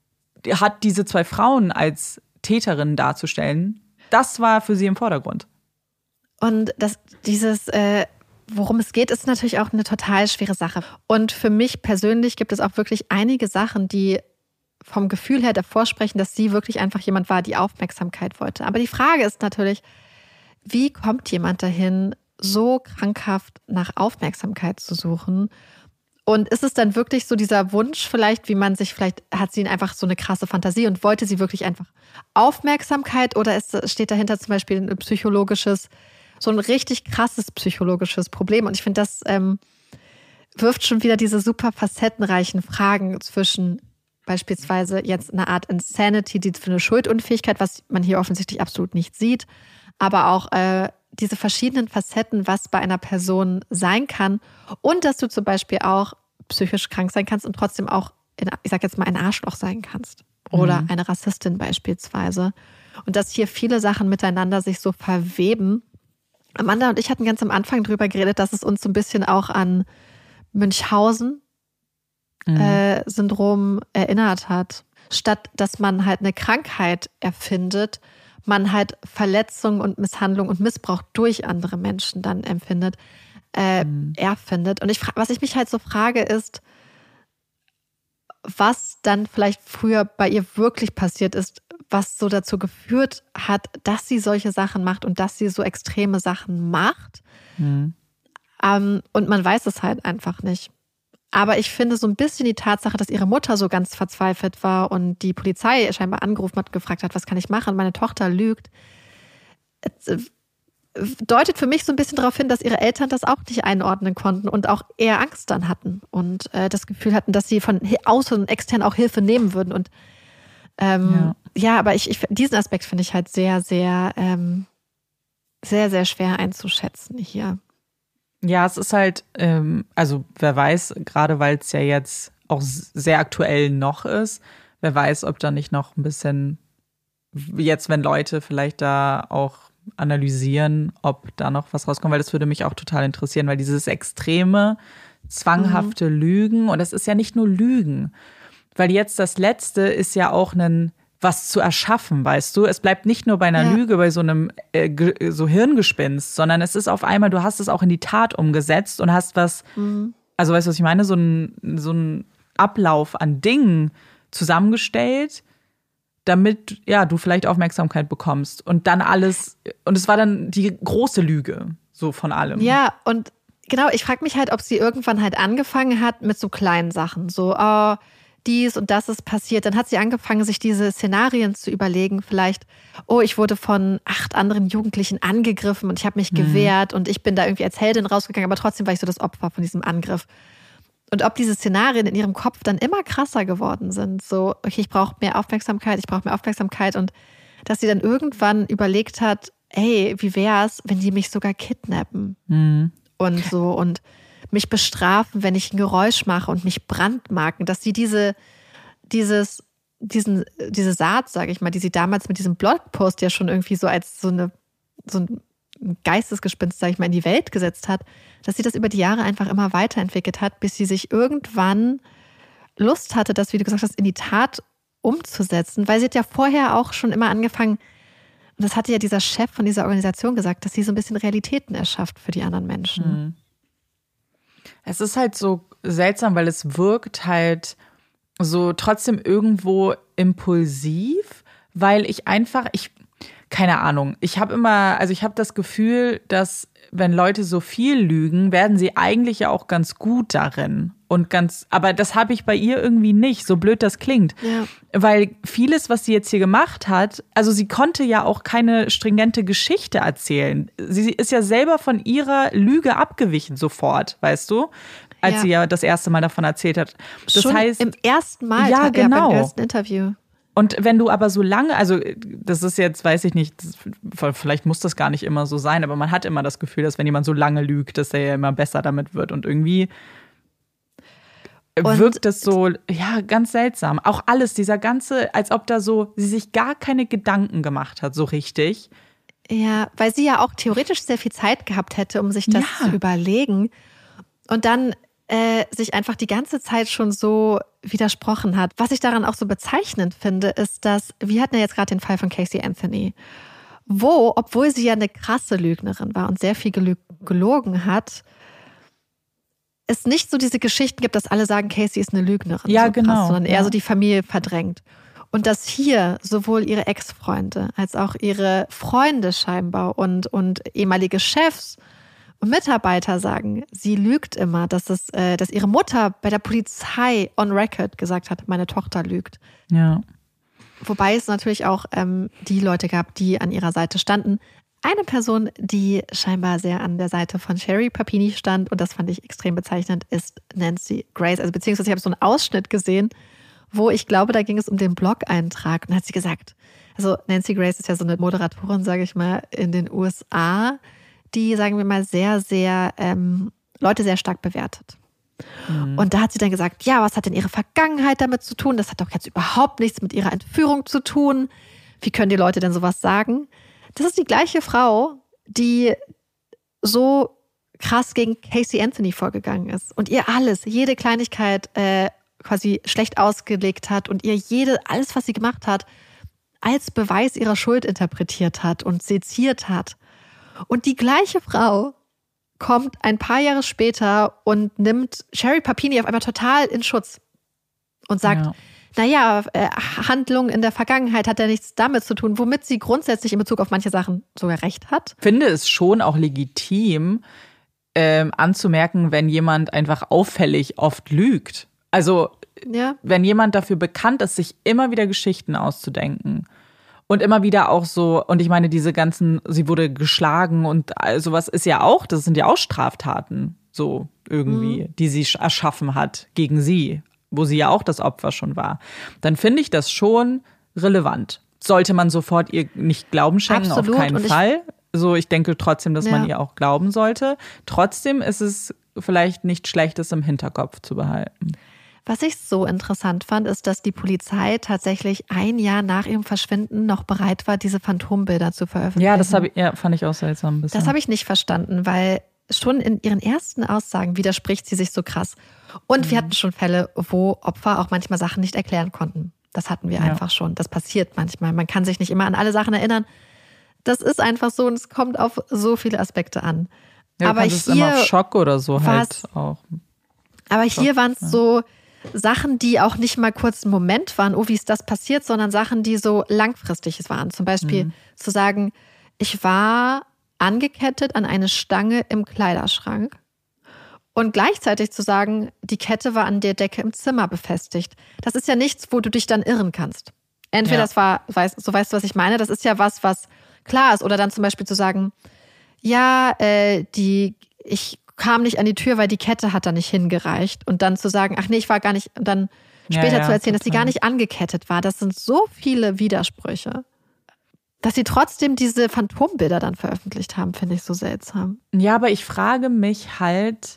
hat diese zwei Frauen als Täterinnen darzustellen. Das war für sie im Vordergrund. Und das, dieses, äh, worum es geht, ist natürlich auch eine total schwere Sache. Und für mich persönlich gibt es auch wirklich einige Sachen, die vom Gefühl her davor sprechen, dass sie wirklich einfach jemand war, die Aufmerksamkeit wollte. Aber die Frage ist natürlich, wie kommt jemand dahin, so krankhaft nach Aufmerksamkeit zu suchen? Und ist es dann wirklich so dieser Wunsch vielleicht, wie man sich, vielleicht hat sie einfach so eine krasse Fantasie und wollte sie wirklich einfach Aufmerksamkeit oder ist, steht dahinter zum Beispiel ein psychologisches, so ein richtig krasses psychologisches Problem? Und ich finde, das ähm, wirft schon wieder diese super facettenreichen Fragen zwischen beispielsweise jetzt eine Art Insanity, die für eine Schuldunfähigkeit, was man hier offensichtlich absolut nicht sieht, aber auch äh, diese verschiedenen Facetten, was bei einer Person sein kann und dass du zum Beispiel auch psychisch krank sein kannst und trotzdem auch, in, ich sag jetzt mal, ein Arschloch sein kannst oder Mhm. eine Rassistin beispielsweise. Und dass hier viele Sachen miteinander sich so verweben. Amanda und ich hatten ganz am Anfang drüber geredet, dass es uns so ein bisschen auch an Münchhausen Mhm. äh, Syndrom erinnert hat. Statt dass man halt eine Krankheit erfindet, man halt Verletzung und Misshandlung und Missbrauch durch andere Menschen dann empfindet, äh, Mhm. erfindet. Und ich, fra- was ich mich halt so frage, ist, was dann vielleicht früher bei ihr wirklich passiert ist, was so dazu geführt hat, dass sie solche Sachen macht und dass sie so extreme Sachen macht. Mhm. Ähm, und man weiß es halt einfach nicht. Aber ich finde so ein bisschen die Tatsache, dass ihre Mutter so ganz verzweifelt war und die Polizei scheinbar angerufen hat, gefragt hat, was kann ich machen? Meine Tochter lügt. äh, Deutet für mich so ein bisschen darauf hin, dass ihre Eltern das auch nicht einordnen konnten und auch eher Angst dann hatten und äh, das Gefühl hatten, dass sie von außen und extern auch Hilfe nehmen würden. Und ähm, ja. ja, aber ich, ich diesen Aspekt finde ich halt sehr, sehr, ähm, sehr, sehr schwer einzuschätzen hier. Ja, es ist halt, ähm, also wer weiß, gerade weil es ja jetzt auch s- sehr aktuell noch ist, wer weiß, ob da nicht noch ein bisschen, jetzt wenn Leute vielleicht da auch analysieren, ob da noch was rauskommt, weil das würde mich auch total interessieren, weil dieses extreme, zwanghafte Lügen, und es ist ja nicht nur Lügen, weil jetzt das Letzte ist ja auch ein was zu erschaffen, weißt du? Es bleibt nicht nur bei einer Ja. Lüge, bei so einem äh, ge- so Hirngespinst, sondern es ist auf einmal, du hast es auch in die Tat umgesetzt und hast was, Mhm. also weißt du, was ich meine? So ein, so ein Ablauf an Dingen zusammengestellt, damit, ja, du vielleicht Aufmerksamkeit bekommst und dann alles, und es war dann die große Lüge, so von allem. Ja, und genau, ich frage mich halt, ob sie irgendwann halt angefangen hat mit so kleinen Sachen, so, oh, dies und das ist passiert. Dann hat sie angefangen, sich diese Szenarien zu überlegen. Vielleicht, oh, ich wurde von acht anderen Jugendlichen angegriffen und ich habe mich Mhm. gewehrt und ich bin da irgendwie als Heldin rausgegangen, aber trotzdem war ich so das Opfer von diesem Angriff. Und ob diese Szenarien in ihrem Kopf dann immer krasser geworden sind. So, okay, ich brauche mehr Aufmerksamkeit, ich brauche mehr Aufmerksamkeit. Und dass sie dann irgendwann überlegt hat, hey, wie wär's, wenn die mich sogar kidnappen? Mhm. Und so und mich bestrafen, wenn ich ein Geräusch mache und mich brandmarken, dass sie diese, dieses, diesen, diese Saat, sage ich mal, die sie damals mit diesem Blogpost ja schon irgendwie so als so eine, so ein Geistesgespinst, sage ich mal, in die Welt gesetzt hat, dass sie das über die Jahre einfach immer weiterentwickelt hat, bis sie sich irgendwann Lust hatte, das, wie du gesagt hast, in die Tat umzusetzen, weil sie hat ja vorher auch schon immer angefangen, Und das hatte ja dieser Chef von dieser Organisation gesagt, dass sie so ein bisschen Realitäten erschafft für die anderen Menschen. Mhm. Es ist halt so seltsam, weil es wirkt halt so trotzdem irgendwo impulsiv, weil ich einfach, ich, keine Ahnung, ich habe immer, also ich habe das Gefühl, dass wenn Leute so viel lügen, werden sie eigentlich ja auch ganz gut darin. Und ganz, aber das habe ich bei ihr irgendwie nicht, so blöd das klingt. Ja. Weil vieles, was sie jetzt hier gemacht hat, also sie konnte ja auch keine stringente Geschichte erzählen. Sie ist ja selber von ihrer Lüge abgewichen sofort, weißt du? Als Ja. sie ja das erste Mal davon erzählt hat. Das Schon heißt, im ersten Mal, ja, genau. beim ersten Interview. Und wenn du aber so lange, also das ist jetzt, weiß ich nicht, das, vielleicht muss das gar nicht immer so sein, aber man hat immer das Gefühl, dass wenn jemand so lange lügt, dass er ja immer besser damit wird. Und irgendwie Und wirkt das so, ja, ganz seltsam. Auch alles, dieser ganze, als ob da so, sie sich gar keine Gedanken gemacht hat, so richtig. Ja, weil sie ja auch theoretisch sehr viel Zeit gehabt hätte, um sich das Ja. zu überlegen. Und dann äh, sich einfach die ganze Zeit schon so widersprochen hat. Was ich daran auch so bezeichnend finde, ist, dass, wir hatten ja jetzt gerade den Fall von Casey Anthony, wo, obwohl sie ja eine krasse Lügnerin war und sehr viel gelü- gelogen hat, es nicht so diese Geschichten gibt, dass alle sagen, Casey ist eine Lügnerin. Ja, so genau, krass, sondern eher ja. so die Familie verdrängt. Und dass hier sowohl ihre Ex-Freunde als auch ihre Freunde scheinbar und, und ehemalige Chefs und Mitarbeiter sagen, sie lügt immer, dass, es, äh, dass ihre Mutter bei der Polizei on record gesagt hat, meine Tochter lügt. Ja. Wobei es natürlich auch ähm, die Leute gab, die an ihrer Seite standen. Eine Person, die scheinbar sehr an der Seite von Sherry Papini stand, und das fand ich extrem bezeichnend, ist Nancy Grace. Also beziehungsweise ich habe so einen Ausschnitt gesehen, wo ich glaube, da ging es um den Blog-Eintrag. Und da hat sie gesagt, also Nancy Grace ist ja so eine Moderatorin, sage ich mal, in den U S A, die, sagen wir mal, sehr, sehr, ähm, Leute sehr stark bewertet. Mhm. Und da hat sie dann gesagt, ja, was hat denn ihre Vergangenheit damit zu tun? Das hat doch jetzt überhaupt nichts mit ihrer Entführung zu tun. Wie können die Leute denn sowas sagen? Das ist die gleiche Frau, die so krass gegen Casey Anthony vorgegangen ist und ihr alles, jede Kleinigkeit äh, quasi schlecht ausgelegt hat und ihr jede, alles, was sie gemacht hat, als Beweis ihrer Schuld interpretiert hat und seziert hat. Und die gleiche Frau kommt ein paar Jahre später und nimmt Sherry Papini auf einmal total in Schutz und sagt, Ja. naja, äh, Handlung in der Vergangenheit hat ja nichts damit zu tun, womit sie grundsätzlich in Bezug auf manche Sachen sogar recht hat. Ich finde es schon auch legitim, ähm, anzumerken, wenn jemand einfach auffällig oft lügt. Also Ja. wenn jemand dafür bekannt ist, sich immer wieder Geschichten auszudenken und immer wieder auch so, und ich meine, diese ganzen, sie wurde geschlagen und sowas ist ja auch, das sind ja auch Straftaten, so irgendwie, mhm. die sie erschaffen hat gegen sie, wo sie ja auch das Opfer schon war. Dann finde ich das schon relevant. Sollte man sofort ihr nicht Glauben schenken? Absolut. Auf keinen Und ich, Fall. So, ich denke trotzdem, dass ja. man ihr auch glauben sollte. Trotzdem ist es vielleicht nicht schlecht, es im Hinterkopf zu behalten. Was ich so interessant fand, ist, dass die Polizei tatsächlich ein Jahr nach ihrem Verschwinden noch bereit war, diese Phantombilder zu veröffentlichen. Ja, das habe ich, ja, fand ich auch seltsam ein bisschen. Das habe ich nicht verstanden, weil schon in ihren ersten Aussagen widerspricht sie sich so krass. Und mhm. wir hatten schon Fälle, wo Opfer auch manchmal Sachen nicht erklären konnten. Das hatten wir ja. einfach schon. Das passiert manchmal. Man kann sich nicht immer an alle Sachen erinnern. Das ist einfach so und es kommt auf so viele Aspekte an. Ja, aber hier immer auf Schock oder so halt auch. Aber Schock, hier waren es ja. so Sachen, die auch nicht mal kurz einen Moment waren, oh, wie ist das passiert, sondern Sachen, die so langfristig waren. Zum Beispiel mhm. zu sagen, ich war angekettet an eine Stange im Kleiderschrank und gleichzeitig zu sagen, die Kette war an der Decke im Zimmer befestigt. Das ist ja nichts, wo du dich dann irren kannst. Entweder ja. das war, weißt, so weißt du, was ich meine, das ist ja was, was klar ist. Oder dann zum Beispiel zu sagen, ja, äh, die, ich kam nicht an die Tür, weil die Kette hat da nicht hingereicht. Und dann zu sagen, ach nee, ich war gar nicht, und dann später ja, ja, zu erzählen, total. dass sie gar nicht angekettet war. Das sind so viele Widersprüche. Dass sie trotzdem diese Phantombilder dann veröffentlicht haben, finde ich so seltsam. Ja, aber ich frage mich halt,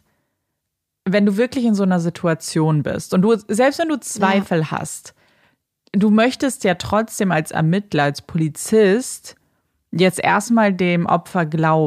wenn du wirklich in so einer Situation bist und du, selbst wenn du Zweifel ja. hast, du möchtest ja trotzdem als Ermittler, als Polizist jetzt erstmal dem Opfer glauben.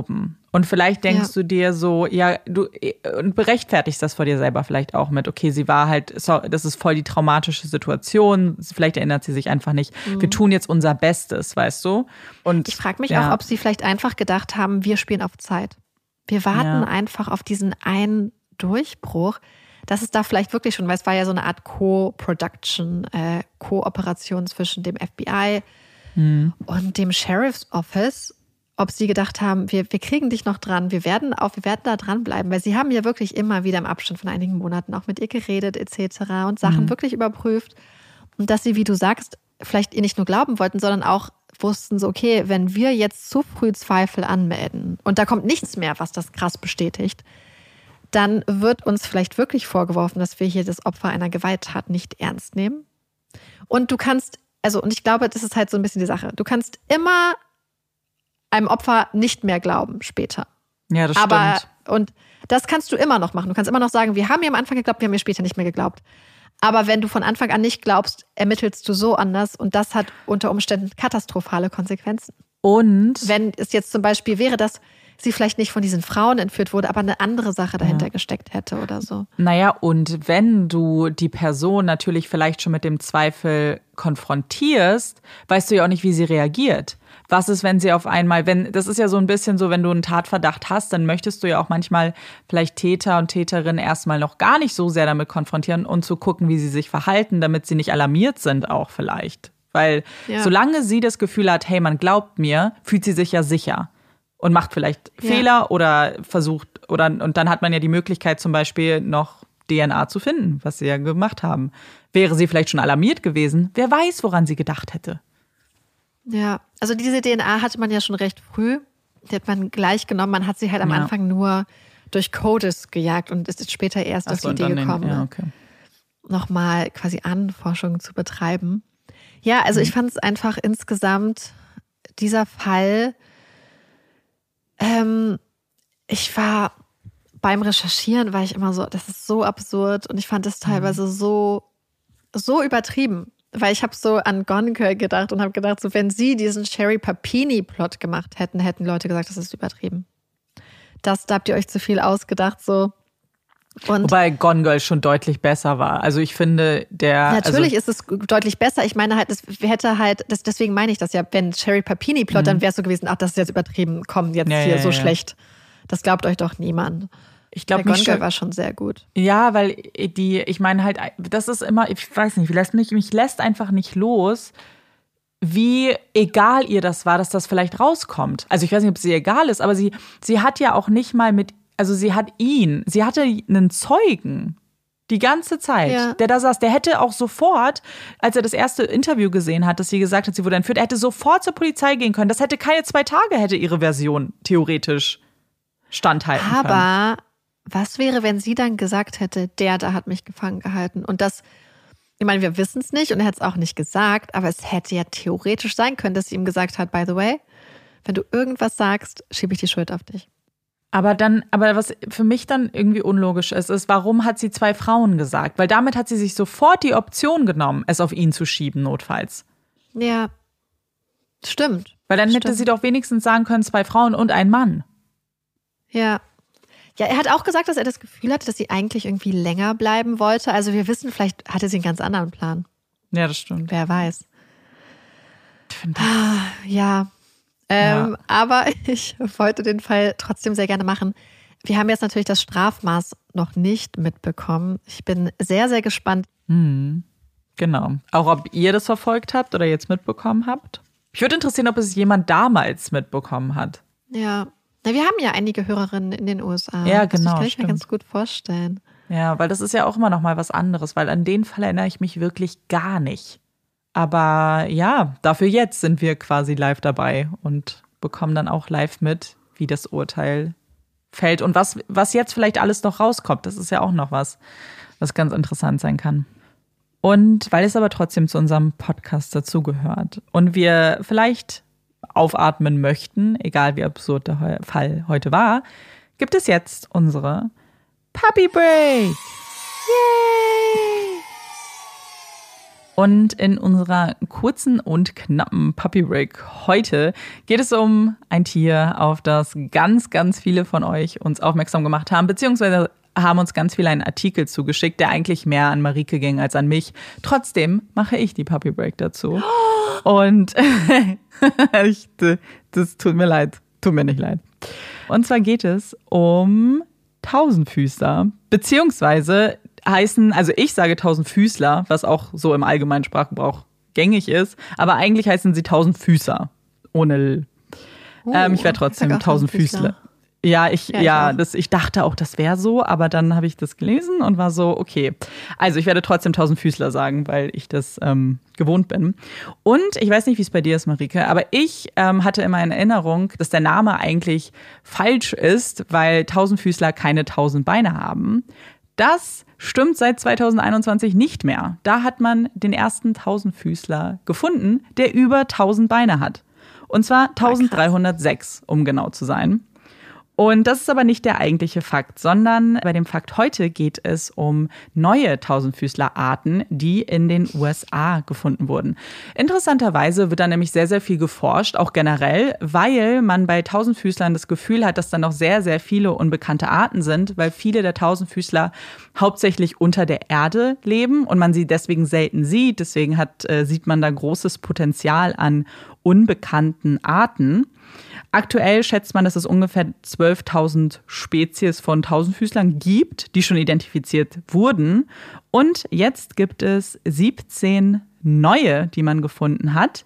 Und vielleicht denkst Ja. du dir so, ja, du und berechtfertigst das vor dir selber vielleicht auch mit, okay, sie war halt, so, das ist voll die traumatische Situation, vielleicht erinnert sie sich einfach nicht. Mhm. Wir tun jetzt unser Bestes, weißt du? Und Ich frage mich ja. auch, ob sie vielleicht einfach gedacht haben, wir spielen auf Zeit. Wir warten Ja. einfach auf diesen einen Durchbruch. Das ist da vielleicht wirklich schon, weil es war ja so eine Art Co-Production, äh, Kooperation zwischen dem F B I Mhm. und dem Sheriff's Office. Ob sie gedacht haben, wir, wir kriegen dich noch dran, wir werden auch, wir werden da dranbleiben, weil sie haben ja wirklich immer wieder im Abstand von einigen Monaten auch mit ihr geredet et cetera und Sachen Mhm. wirklich überprüft. Und dass sie, wie du sagst, vielleicht ihr nicht nur glauben wollten, sondern auch wussten so, okay, wenn wir jetzt zu früh Zweifel anmelden und da kommt nichts mehr, was das krass bestätigt, dann wird uns vielleicht wirklich vorgeworfen, dass wir hier das Opfer einer Gewalttat nicht ernst nehmen. Und du kannst, also und ich glaube, das ist halt so ein bisschen die Sache, du kannst immer einem Opfer nicht mehr glauben später. Ja, das Aber, stimmt. und das kannst du immer noch machen. Du kannst immer noch sagen, wir haben ihr am Anfang geglaubt, wir haben ihr später nicht mehr geglaubt. Aber wenn du von Anfang an nicht glaubst, ermittelst du so anders und das hat unter Umständen katastrophale Konsequenzen. Und Wenn es jetzt zum Beispiel wäre, dass sie vielleicht nicht von diesen Frauen entführt wurde, aber eine andere Sache dahinter ja. gesteckt hätte oder so. Naja, und wenn du die Person natürlich vielleicht schon mit dem Zweifel konfrontierst, weißt du ja auch nicht, wie sie reagiert. Was ist, wenn sie auf einmal, wenn, das ist ja so ein bisschen so, wenn du einen Tatverdacht hast, dann möchtest du ja auch manchmal vielleicht Täter und Täterinnen erstmal noch gar nicht so sehr damit konfrontieren und zu gucken, wie sie sich verhalten, damit sie nicht alarmiert sind auch vielleicht. Weil ja. solange sie das Gefühl hat, hey, man glaubt mir, fühlt sie sich ja sicher. Und macht vielleicht ja. Fehler oder versucht, oder und dann hat man ja die Möglichkeit, zum Beispiel noch D N A zu finden, was sie ja gemacht haben. Wäre sie vielleicht schon alarmiert gewesen, wer weiß, woran sie gedacht hätte. Ja, also diese D N A hatte man ja schon recht früh. Die hat man gleich genommen. Man hat sie halt am ja. Anfang nur durch Codes gejagt und ist jetzt später erst Ach auf so, die Idee den, gekommen, ja, okay. nochmal quasi Anforschungen zu betreiben. Ja, also mhm. ich fand es einfach insgesamt, dieser Fall, Ähm, ich war beim Recherchieren, war ich immer so, das ist so absurd und ich fand es teilweise mhm. so, so übertrieben, weil ich habe so an Gone Girl gedacht und habe gedacht, so wenn sie diesen Sherry Papini-Plot gemacht hätten, hätten Leute gesagt, das ist übertrieben. Das, da habt ihr euch zu viel ausgedacht, so. Und wobei Gone Girl schon deutlich besser war. Also ich finde, der... Natürlich also ist es deutlich besser. Ich meine halt, das hätte halt, das, deswegen meine ich das ja, wenn Sherry Papini-Plot, mhm. dann wäre es so gewesen, ach, das ist jetzt übertrieben, komm, jetzt ja, hier ja, so ja. schlecht. Das glaubt euch doch niemand. Ich glaube, Gone Girl war schon sehr gut. Ja, weil die, ich meine halt, das ist immer, ich weiß nicht, lässt mich, mich lässt einfach nicht los, wie egal ihr das war, dass das vielleicht rauskommt. Also ich weiß nicht, ob sie egal ist, aber sie, sie hat ja auch nicht mal mit, also sie hat ihn, sie hatte einen Zeugen die ganze Zeit, ja. der da saß. Der hätte auch sofort, als er das erste Interview gesehen hat, dass sie gesagt hat, sie wurde entführt, er hätte sofort zur Polizei gehen können. Das hätte keine zwei Tage, hätte ihre Version theoretisch standhalten aber können. Aber was wäre, wenn sie dann gesagt hätte, der da hat mich gefangen gehalten? Und das, ich meine, wir wissen es nicht und er hat es auch nicht gesagt, aber es hätte ja theoretisch sein können, dass sie ihm gesagt hat, by the way, wenn du irgendwas sagst, schiebe ich die Schuld auf dich. Aber dann, aber was für mich dann irgendwie unlogisch ist, ist, warum hat sie zwei Frauen gesagt? Weil damit hat sie sich sofort die Option genommen, es auf ihn zu schieben, notfalls. Ja, stimmt. Weil dann stimmt. hätte sie doch wenigstens sagen können, zwei Frauen und ein Mann. Ja. Ja, er hat auch gesagt, dass er das Gefühl hatte, dass sie eigentlich irgendwie länger bleiben wollte. Also wir wissen, vielleicht hatte sie einen ganz anderen Plan. Ja, das stimmt. Wer weiß. Ich finde das ja. Ähm, Ja. Aber ich wollte den Fall trotzdem sehr gerne machen. Wir haben jetzt natürlich das Strafmaß noch nicht mitbekommen. Ich bin sehr, sehr gespannt. Mhm. Genau. Auch ob ihr das verfolgt habt oder jetzt mitbekommen habt. Ich würde interessieren, ob es jemand damals mitbekommen hat. Ja. Na, wir haben ja einige Hörerinnen in den U S A. Ja, Das genau, kann ich stimmt. mir ganz gut vorstellen. Ja, weil das ist ja auch immer noch mal was anderes, weil an den Fall erinnere ich mich wirklich gar nicht. Aber ja, dafür jetzt sind wir quasi live dabei und bekommen dann auch live mit, wie das Urteil fällt und was, was jetzt vielleicht alles noch rauskommt. Das ist ja auch noch was, was ganz interessant sein kann. Und weil es aber trotzdem zu unserem Podcast dazugehört und wir vielleicht aufatmen möchten, egal wie absurd der He- Fall heute war, gibt es jetzt unsere Puppy Break. Yay! Und in unserer kurzen und knappen Puppy Break heute geht es um ein Tier, auf das ganz, ganz viele von euch uns aufmerksam gemacht haben, beziehungsweise haben uns ganz viele einen Artikel zugeschickt, der eigentlich mehr an Marike ging als an mich. Trotzdem mache ich die Puppy Break dazu. Und ich, das tut mir leid, tut mir nicht leid. Und zwar geht es um Tausendfüßler, beziehungsweise heißen, also ich sage Tausendfüßler, was auch so im allgemeinen Sprachgebrauch gängig ist, aber eigentlich heißen sie Tausendfüßer, ohne L. Oh, ähm, ich wäre trotzdem Tausendfüßler. Ja, ich, ja, ja ich, das, ich dachte auch, das wäre so, aber dann habe ich das gelesen und war so, okay. Also ich werde trotzdem Tausendfüßler sagen, weil ich das ähm, gewohnt bin. Und ich weiß nicht, wie es bei dir ist, Marike, aber ich ähm, hatte immer in Erinnerung, dass der Name eigentlich falsch ist, weil Tausendfüßler keine tausend Beine haben. Das stimmt seit zweitausendeinundzwanzig nicht mehr. Da hat man den ersten Tausendfüßler gefunden, der über tausend Beine hat. Und zwar eintausenddreihundertsechs, um genau zu sein. Und das ist aber nicht der eigentliche Fakt, sondern bei dem Fakt heute geht es um neue Tausendfüßlerarten, die in den U S A gefunden wurden. Interessanterweise wird da nämlich sehr, sehr viel geforscht, auch generell, weil man bei Tausendfüßlern das Gefühl hat, dass da noch sehr, sehr viele unbekannte Arten sind, weil viele der Tausendfüßler hauptsächlich unter der Erde leben und man sie deswegen selten sieht. Deswegen hat, äh, sieht man da großes Potenzial an unbekannten Arten. Aktuell schätzt man, dass es ungefähr zwölftausend Spezies von Tausendfüßlern gibt, die schon identifiziert wurden. Und jetzt gibt es siebzehn neue, die man gefunden hat.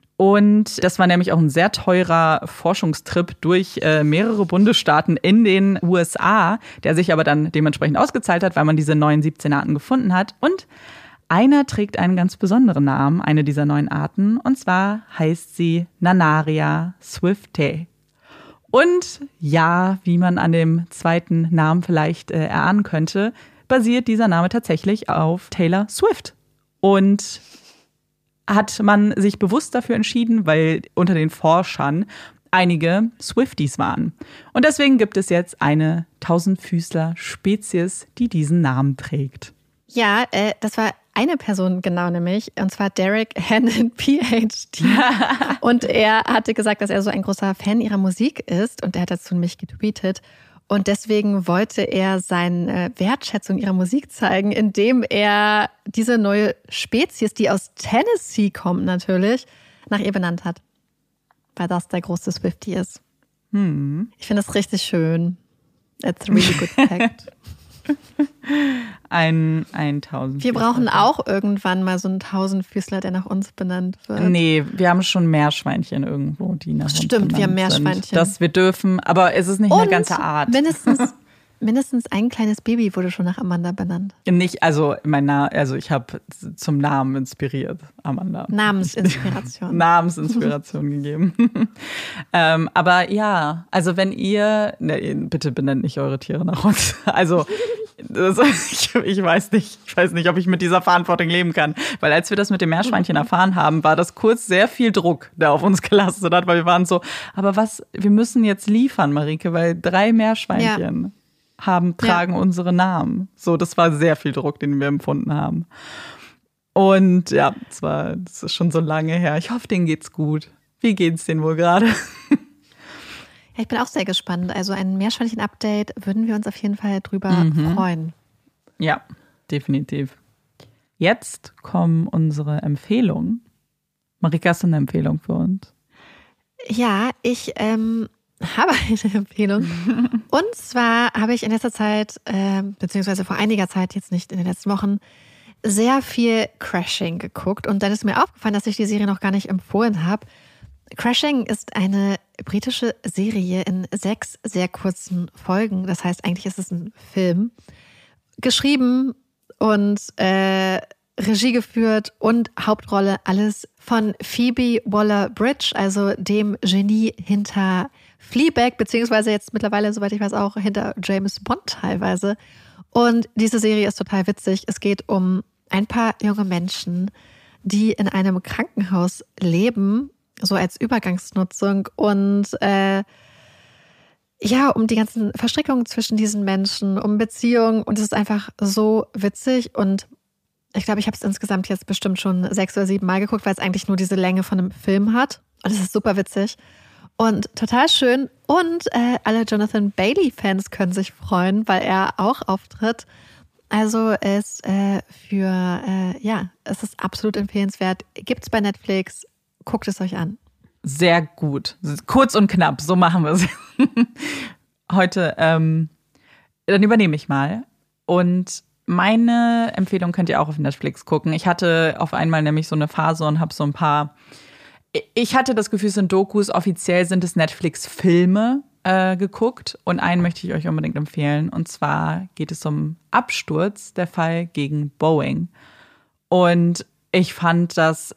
Und das war nämlich auch ein sehr teurer Forschungstrip durch äh, mehrere Bundesstaaten in den U S A, der sich aber dann dementsprechend ausgezahlt hat, weil man diese neuen siebzehn Arten gefunden hat. Und einer trägt einen ganz besonderen Namen, eine dieser neuen Arten, und zwar heißt sie Nanaria swiftae. Und ja, wie man an dem zweiten Namen vielleicht äh, erahnen könnte, basiert dieser Name tatsächlich auf Taylor Swift. Und hat man sich bewusst dafür entschieden, weil unter den Forschern einige Swifties waren. Und deswegen gibt es jetzt eine Tausendfüßler-Spezies, die diesen Namen trägt. Ja, äh, das war eine Person genau nämlich, und zwar Derek Hannon, P H D. Und er hatte gesagt, dass er so ein großer Fan ihrer Musik ist und er hat dazu nämlich getweetet. Und deswegen wollte er seine Wertschätzung ihrer Musik zeigen, indem er diese neue Spezies, die aus Tennessee kommt natürlich, nach ihr benannt hat. Weil das der große Swiftie ist. Hm. Ich finde das richtig schön. It's a really good fact. Ein, ein Tausendfüßler. Wir brauchen auch irgendwann mal so einen Tausendfüßler, der nach uns benannt wird. Nee, wir haben schon Meerschweinchen irgendwo, die nach uns Stimmt, benannt wir haben Meerschweinchen. sind. Das wir dürfen, aber es ist nicht Und eine ganze Art. mindestens, mindestens ein kleines Baby wurde schon nach Amanda benannt. Nicht, also mein Na- also ich habe zum Namen inspiriert, Amanda. Namensinspiration. Namensinspiration gegeben. ähm, aber ja, also wenn ihr, ne, bitte benennt nicht eure Tiere nach uns. Also das, ich, ich weiß nicht, ich weiß nicht, ob ich mit dieser Verantwortung leben kann. Weil als wir das mit dem Meerschweinchen erfahren haben, war das kurz sehr viel Druck, der auf uns gelastet hat, weil wir waren so, aber was, wir müssen jetzt liefern, Marike, weil drei Meerschweinchen ja. haben, tragen ja. unsere Namen. So, das war sehr viel Druck, den wir empfunden haben. Und ja, das war, das ist schon so lange her. Ich hoffe, denen geht's gut. Wie geht's denen wohl gerade? Ja, ich bin auch sehr gespannt. Also ein Meerschweinchen-Update würden wir uns auf jeden Fall drüber Mhm. freuen. Ja, definitiv. Jetzt kommen unsere Empfehlungen. Marika, hast du eine Empfehlung für uns? Ja, ich ähm, habe eine Empfehlung. Und zwar habe ich in letzter Zeit, äh, beziehungsweise vor einiger Zeit, jetzt nicht in den letzten Wochen, sehr viel Crashing geguckt. Und dann ist mir aufgefallen, dass ich die Serie noch gar nicht empfohlen habe. Crashing ist eine britische Serie in sechs sehr kurzen Folgen. Das heißt, eigentlich ist es ein Film. Geschrieben und äh, Regie geführt und Hauptrolle alles von Phoebe Waller-Bridge, also dem Genie hinter Fleabag, beziehungsweise jetzt mittlerweile, soweit ich weiß, auch hinter James Bond teilweise. Und diese Serie ist total witzig. Es geht um ein paar junge Menschen, die in einem Krankenhaus leben, so als Übergangsnutzung und äh, ja, um die ganzen Verstrickungen zwischen diesen Menschen, um Beziehungen und es ist einfach so witzig und Ich glaube, ich habe es insgesamt jetzt bestimmt schon sechs oder sieben Mal geguckt, weil es eigentlich nur diese Länge von einem Film hat. Und es ist super witzig und total schön. Und äh, alle Jonathan Bailey-Fans können sich freuen, weil er auch auftritt. Also ist äh, für, äh, ja, es ist absolut empfehlenswert. Gibt's bei Netflix, guckt es euch an. Sehr gut. Kurz und knapp, so machen wir es. Heute, ähm, dann übernehme ich mal. Und meine Empfehlung könnt ihr auch auf Netflix gucken. Ich hatte auf einmal nämlich so eine Phase und habe so ein paar. Ich hatte das Gefühl, es sind Dokus. Offiziell sind es Netflix-Filme äh, geguckt. Und einen möchte ich euch unbedingt empfehlen. Und zwar geht es um Absturz, der Fall gegen Boeing. Und ich fand das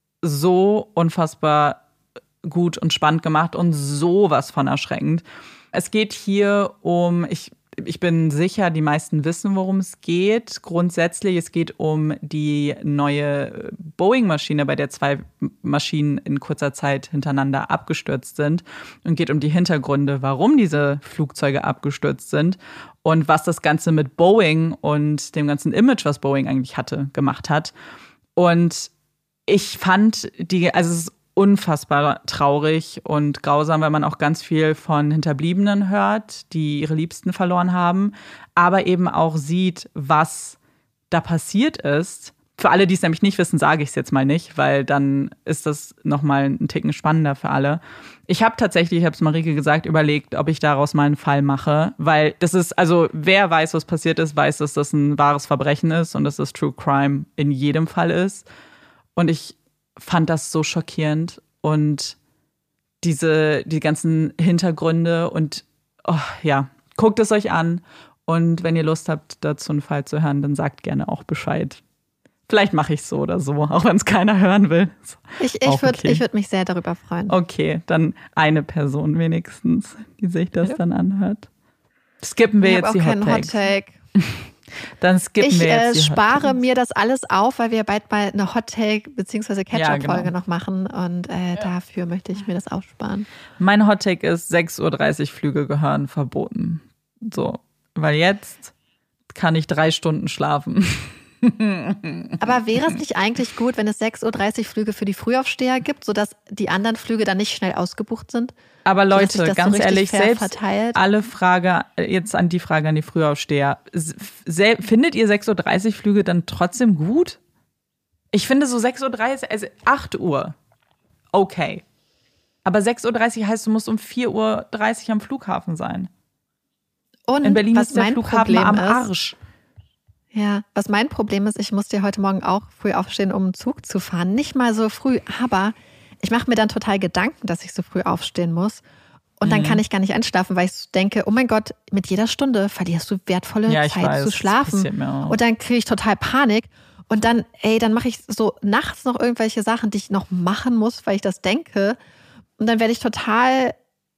so unfassbar gut und spannend gemacht und sowas von erschreckend. Es geht hier um, ich Ich bin sicher, die meisten wissen, worum es geht. Grundsätzlich, es geht um die neue Boeing-Maschine, bei der zwei Maschinen in kurzer Zeit hintereinander abgestürzt sind. Und geht um die Hintergründe, warum diese Flugzeuge abgestürzt sind und was das Ganze mit Boeing und dem ganzen Image, was Boeing eigentlich hatte, gemacht hat. Und ich fand die, also es ist unfassbar traurig und grausam, weil man auch ganz viel von Hinterbliebenen hört, die ihre Liebsten verloren haben, aber eben auch sieht, was da passiert ist. Für alle, die es nämlich nicht wissen, sage ich es jetzt mal nicht, weil dann ist das nochmal einen Ticken spannender für alle. Ich habe tatsächlich, ich habe es Marike gesagt, überlegt, ob ich daraus mal einen Fall mache, weil das ist, also wer weiß, was passiert ist, weiß, dass das ein wahres Verbrechen ist und dass das True Crime in jedem Fall ist. Und ich fand das so schockierend und diese, die ganzen Hintergründe und oh, ja, guckt es euch an und wenn ihr Lust habt, dazu einen Fall zu hören, dann sagt gerne auch Bescheid. Vielleicht mache ich es so oder so, auch wenn es keiner hören will. Ich, ich würde okay. würd mich sehr darüber freuen. Okay, dann eine Person wenigstens, die sich das ja. dann anhört. Skippen wir ich jetzt die Hot Takes. Hot Take. Dann skippen ich wir jetzt die äh, spare Hot mir das alles auf, weil wir bald mal eine Hot Take bzw. Catch-up-Folge ja, genau. noch machen und äh, ja. dafür möchte ich mir das aufsparen. Mein Hot Take ist, sechs Uhr dreißig Flüge gehören verboten. So, weil jetzt kann ich drei Stunden schlafen. Aber wäre es nicht eigentlich gut, wenn es sechs Uhr dreißig Flüge für die Frühaufsteher gibt, sodass die anderen Flüge dann nicht schnell ausgebucht sind? Aber Leute, ganz so ehrlich, selbst verteilt? alle Frage, jetzt an die Frage an die Frühaufsteher. Sel- findet ihr sechs Uhr dreißig Flüge dann trotzdem gut? Ich finde so sechs Uhr dreißig, also acht Uhr, okay. Aber sechs Uhr dreißig heißt, du musst um vier Uhr dreißig am Flughafen sein. Und in Berlin was ist der mein Flughafen Problem am ist, Arsch. Ja, was mein Problem ist, ich musste ja heute Morgen auch früh aufstehen, um einen Zug zu fahren. Nicht mal so früh, aber ich mache mir dann total Gedanken, dass ich so früh aufstehen muss. Und dann mhm. kann ich gar nicht einschlafen, weil ich denke, oh mein Gott, mit jeder Stunde verlierst du wertvolle ja, Zeit weiß, zu schlafen. Das mir auch. Und dann kriege ich total Panik. Und dann, ey, dann mache ich so nachts noch irgendwelche Sachen, die ich noch machen muss, weil ich das denke. Und dann werde ich total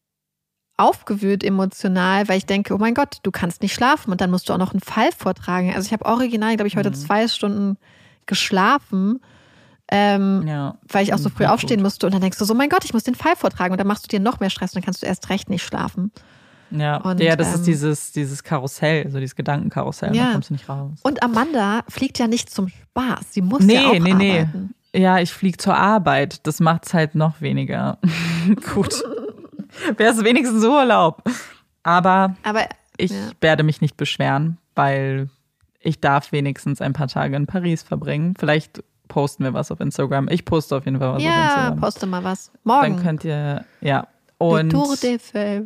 aufgewühlt emotional, weil ich denke, oh mein Gott, du kannst nicht schlafen und dann musst du auch noch einen Fall vortragen. Also ich habe original, glaube ich, heute mhm. zwei Stunden geschlafen, ähm, ja. weil ich auch so früh ja, aufstehen gut. musste und dann denkst du so, mein Gott, ich muss den Fall vortragen und dann machst du dir noch mehr Stress und dann kannst du erst recht nicht schlafen. Ja, und, ja das ähm, ist dieses, dieses Karussell, so dieses Gedankenkarussell, ja. da kommst du nicht raus. Und Amanda fliegt ja nicht zum Spaß, sie muss nee, ja auch nee, arbeiten. Nee. Ja, ich fliege zur Arbeit, das macht es halt noch weniger gut. Wäre es wenigstens Urlaub. Aber, Aber ich ja. werde mich nicht beschweren, weil ich darf wenigstens ein paar Tage in Paris verbringen. Vielleicht posten wir was auf Instagram. Ich poste auf jeden Fall was ja, auf Instagram. Ja, poste mal was. Morgen. Dann könnt ihr, ja. Und Le Tour d'Eiffel.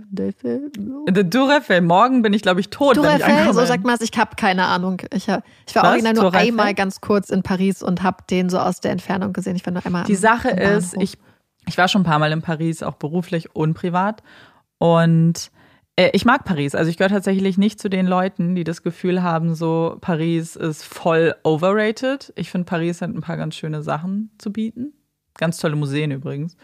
Le Tour d'Eiffel. Morgen bin ich, glaube ich, tot, Tour wenn ich ankomme. So sagt man es, ich habe keine Ahnung. Ich, hab, ich war was? original nur Tour einmal Eiffel? ganz kurz in Paris und habe den so aus der Entfernung gesehen. Ich war nur einmal Die am, Sache am ist, ich Ich war schon ein paar Mal in Paris, auch beruflich und privat. Und äh, ich mag Paris. Also ich gehöre tatsächlich nicht zu den Leuten, die das Gefühl haben, so Paris ist voll overrated. Ich finde, Paris hat ein paar ganz schöne Sachen zu bieten. Ganz tolle Museen übrigens.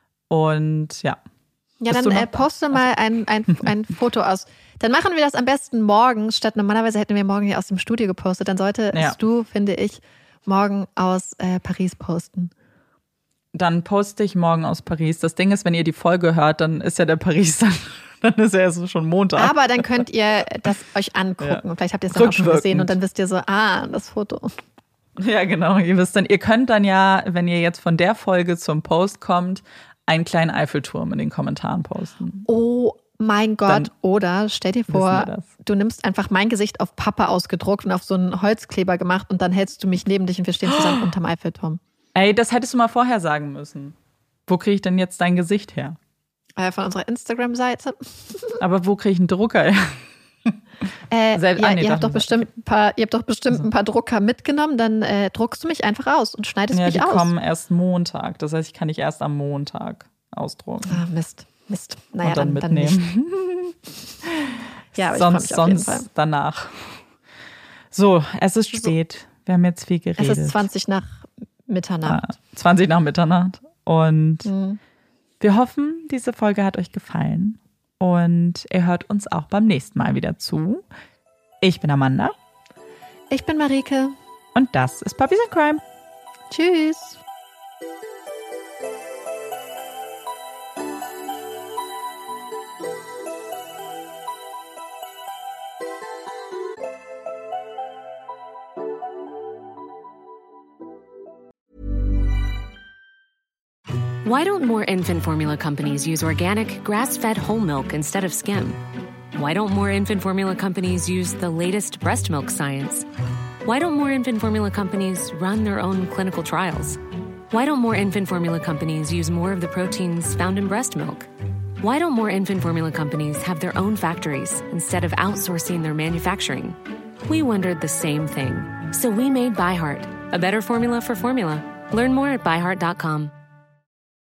Und ja. Ja, dann äh, poste mal ein, ein, ein Foto aus. Dann machen wir das am besten morgen, statt normalerweise hätten wir morgen hier aus dem Studio gepostet. Dann solltest ja. du, finde ich, morgen aus äh, Paris posten. Dann poste ich morgen aus Paris. Das Ding ist, wenn ihr die Folge hört, dann ist ja der Paris, dann, dann ist ja so schon Montag. Aber dann könnt ihr das euch angucken. Ja. Vielleicht habt ihr es dann auch schon gesehen und dann wisst ihr so, ah, das Foto. Ja, genau. Ihr wisst dann, ihr könnt dann ja, wenn ihr jetzt von der Folge zum Post kommt, einen kleinen Eiffelturm in den Kommentaren posten. Oh mein Gott. Dann Oder stell dir vor, du nimmst einfach mein Gesicht auf Pappe ausgedruckt und auf so einen Holzkleber gemacht und dann hältst du mich neben dich und wir stehen zusammen unterm Eiffelturm. Ey, das hättest du mal vorher sagen müssen. Wo kriege ich denn jetzt dein Gesicht her? Äh, von unserer Instagram-Seite. Aber wo kriege ich einen Drucker her? Äh, Selbst, ja, ah, nee, ihr, habt doch bestimmt ein paar, ihr habt doch bestimmt also. ein paar Drucker mitgenommen, dann äh, druckst du mich einfach aus und schneidest ja, mich die aus. Die kommen erst Montag. Das heißt, ich kann dich erst am Montag ausdrucken. Ah, Mist, Mist. Naja, und dann, dann, mitnehmen. Dann nicht. Ja, aber sonst, ich freu mich auf jeden sonst Fall. danach. So, es ist spät. Wir haben jetzt viel geredet. Es ist zwanzig nach Mitternacht. Ah, zwanzig nach Mitternacht. Und mhm. wir hoffen, diese Folge hat euch gefallen. Und ihr hört uns auch beim nächsten Mal wieder zu. Ich bin Amanda. Ich bin Marike. Und das ist Puppies and Crime. Tschüss. Why don't more infant formula companies use organic, grass-fed whole milk instead of skim? Why don't more infant formula companies use the latest breast milk science? Why don't more infant formula companies run their own clinical trials? Why don't more infant formula companies use more of the proteins found in breast milk? Why don't more infant formula companies have their own factories instead of outsourcing their manufacturing? We wondered the same thing. So we made ByHeart, a better formula for formula. Learn more at by heart dot com.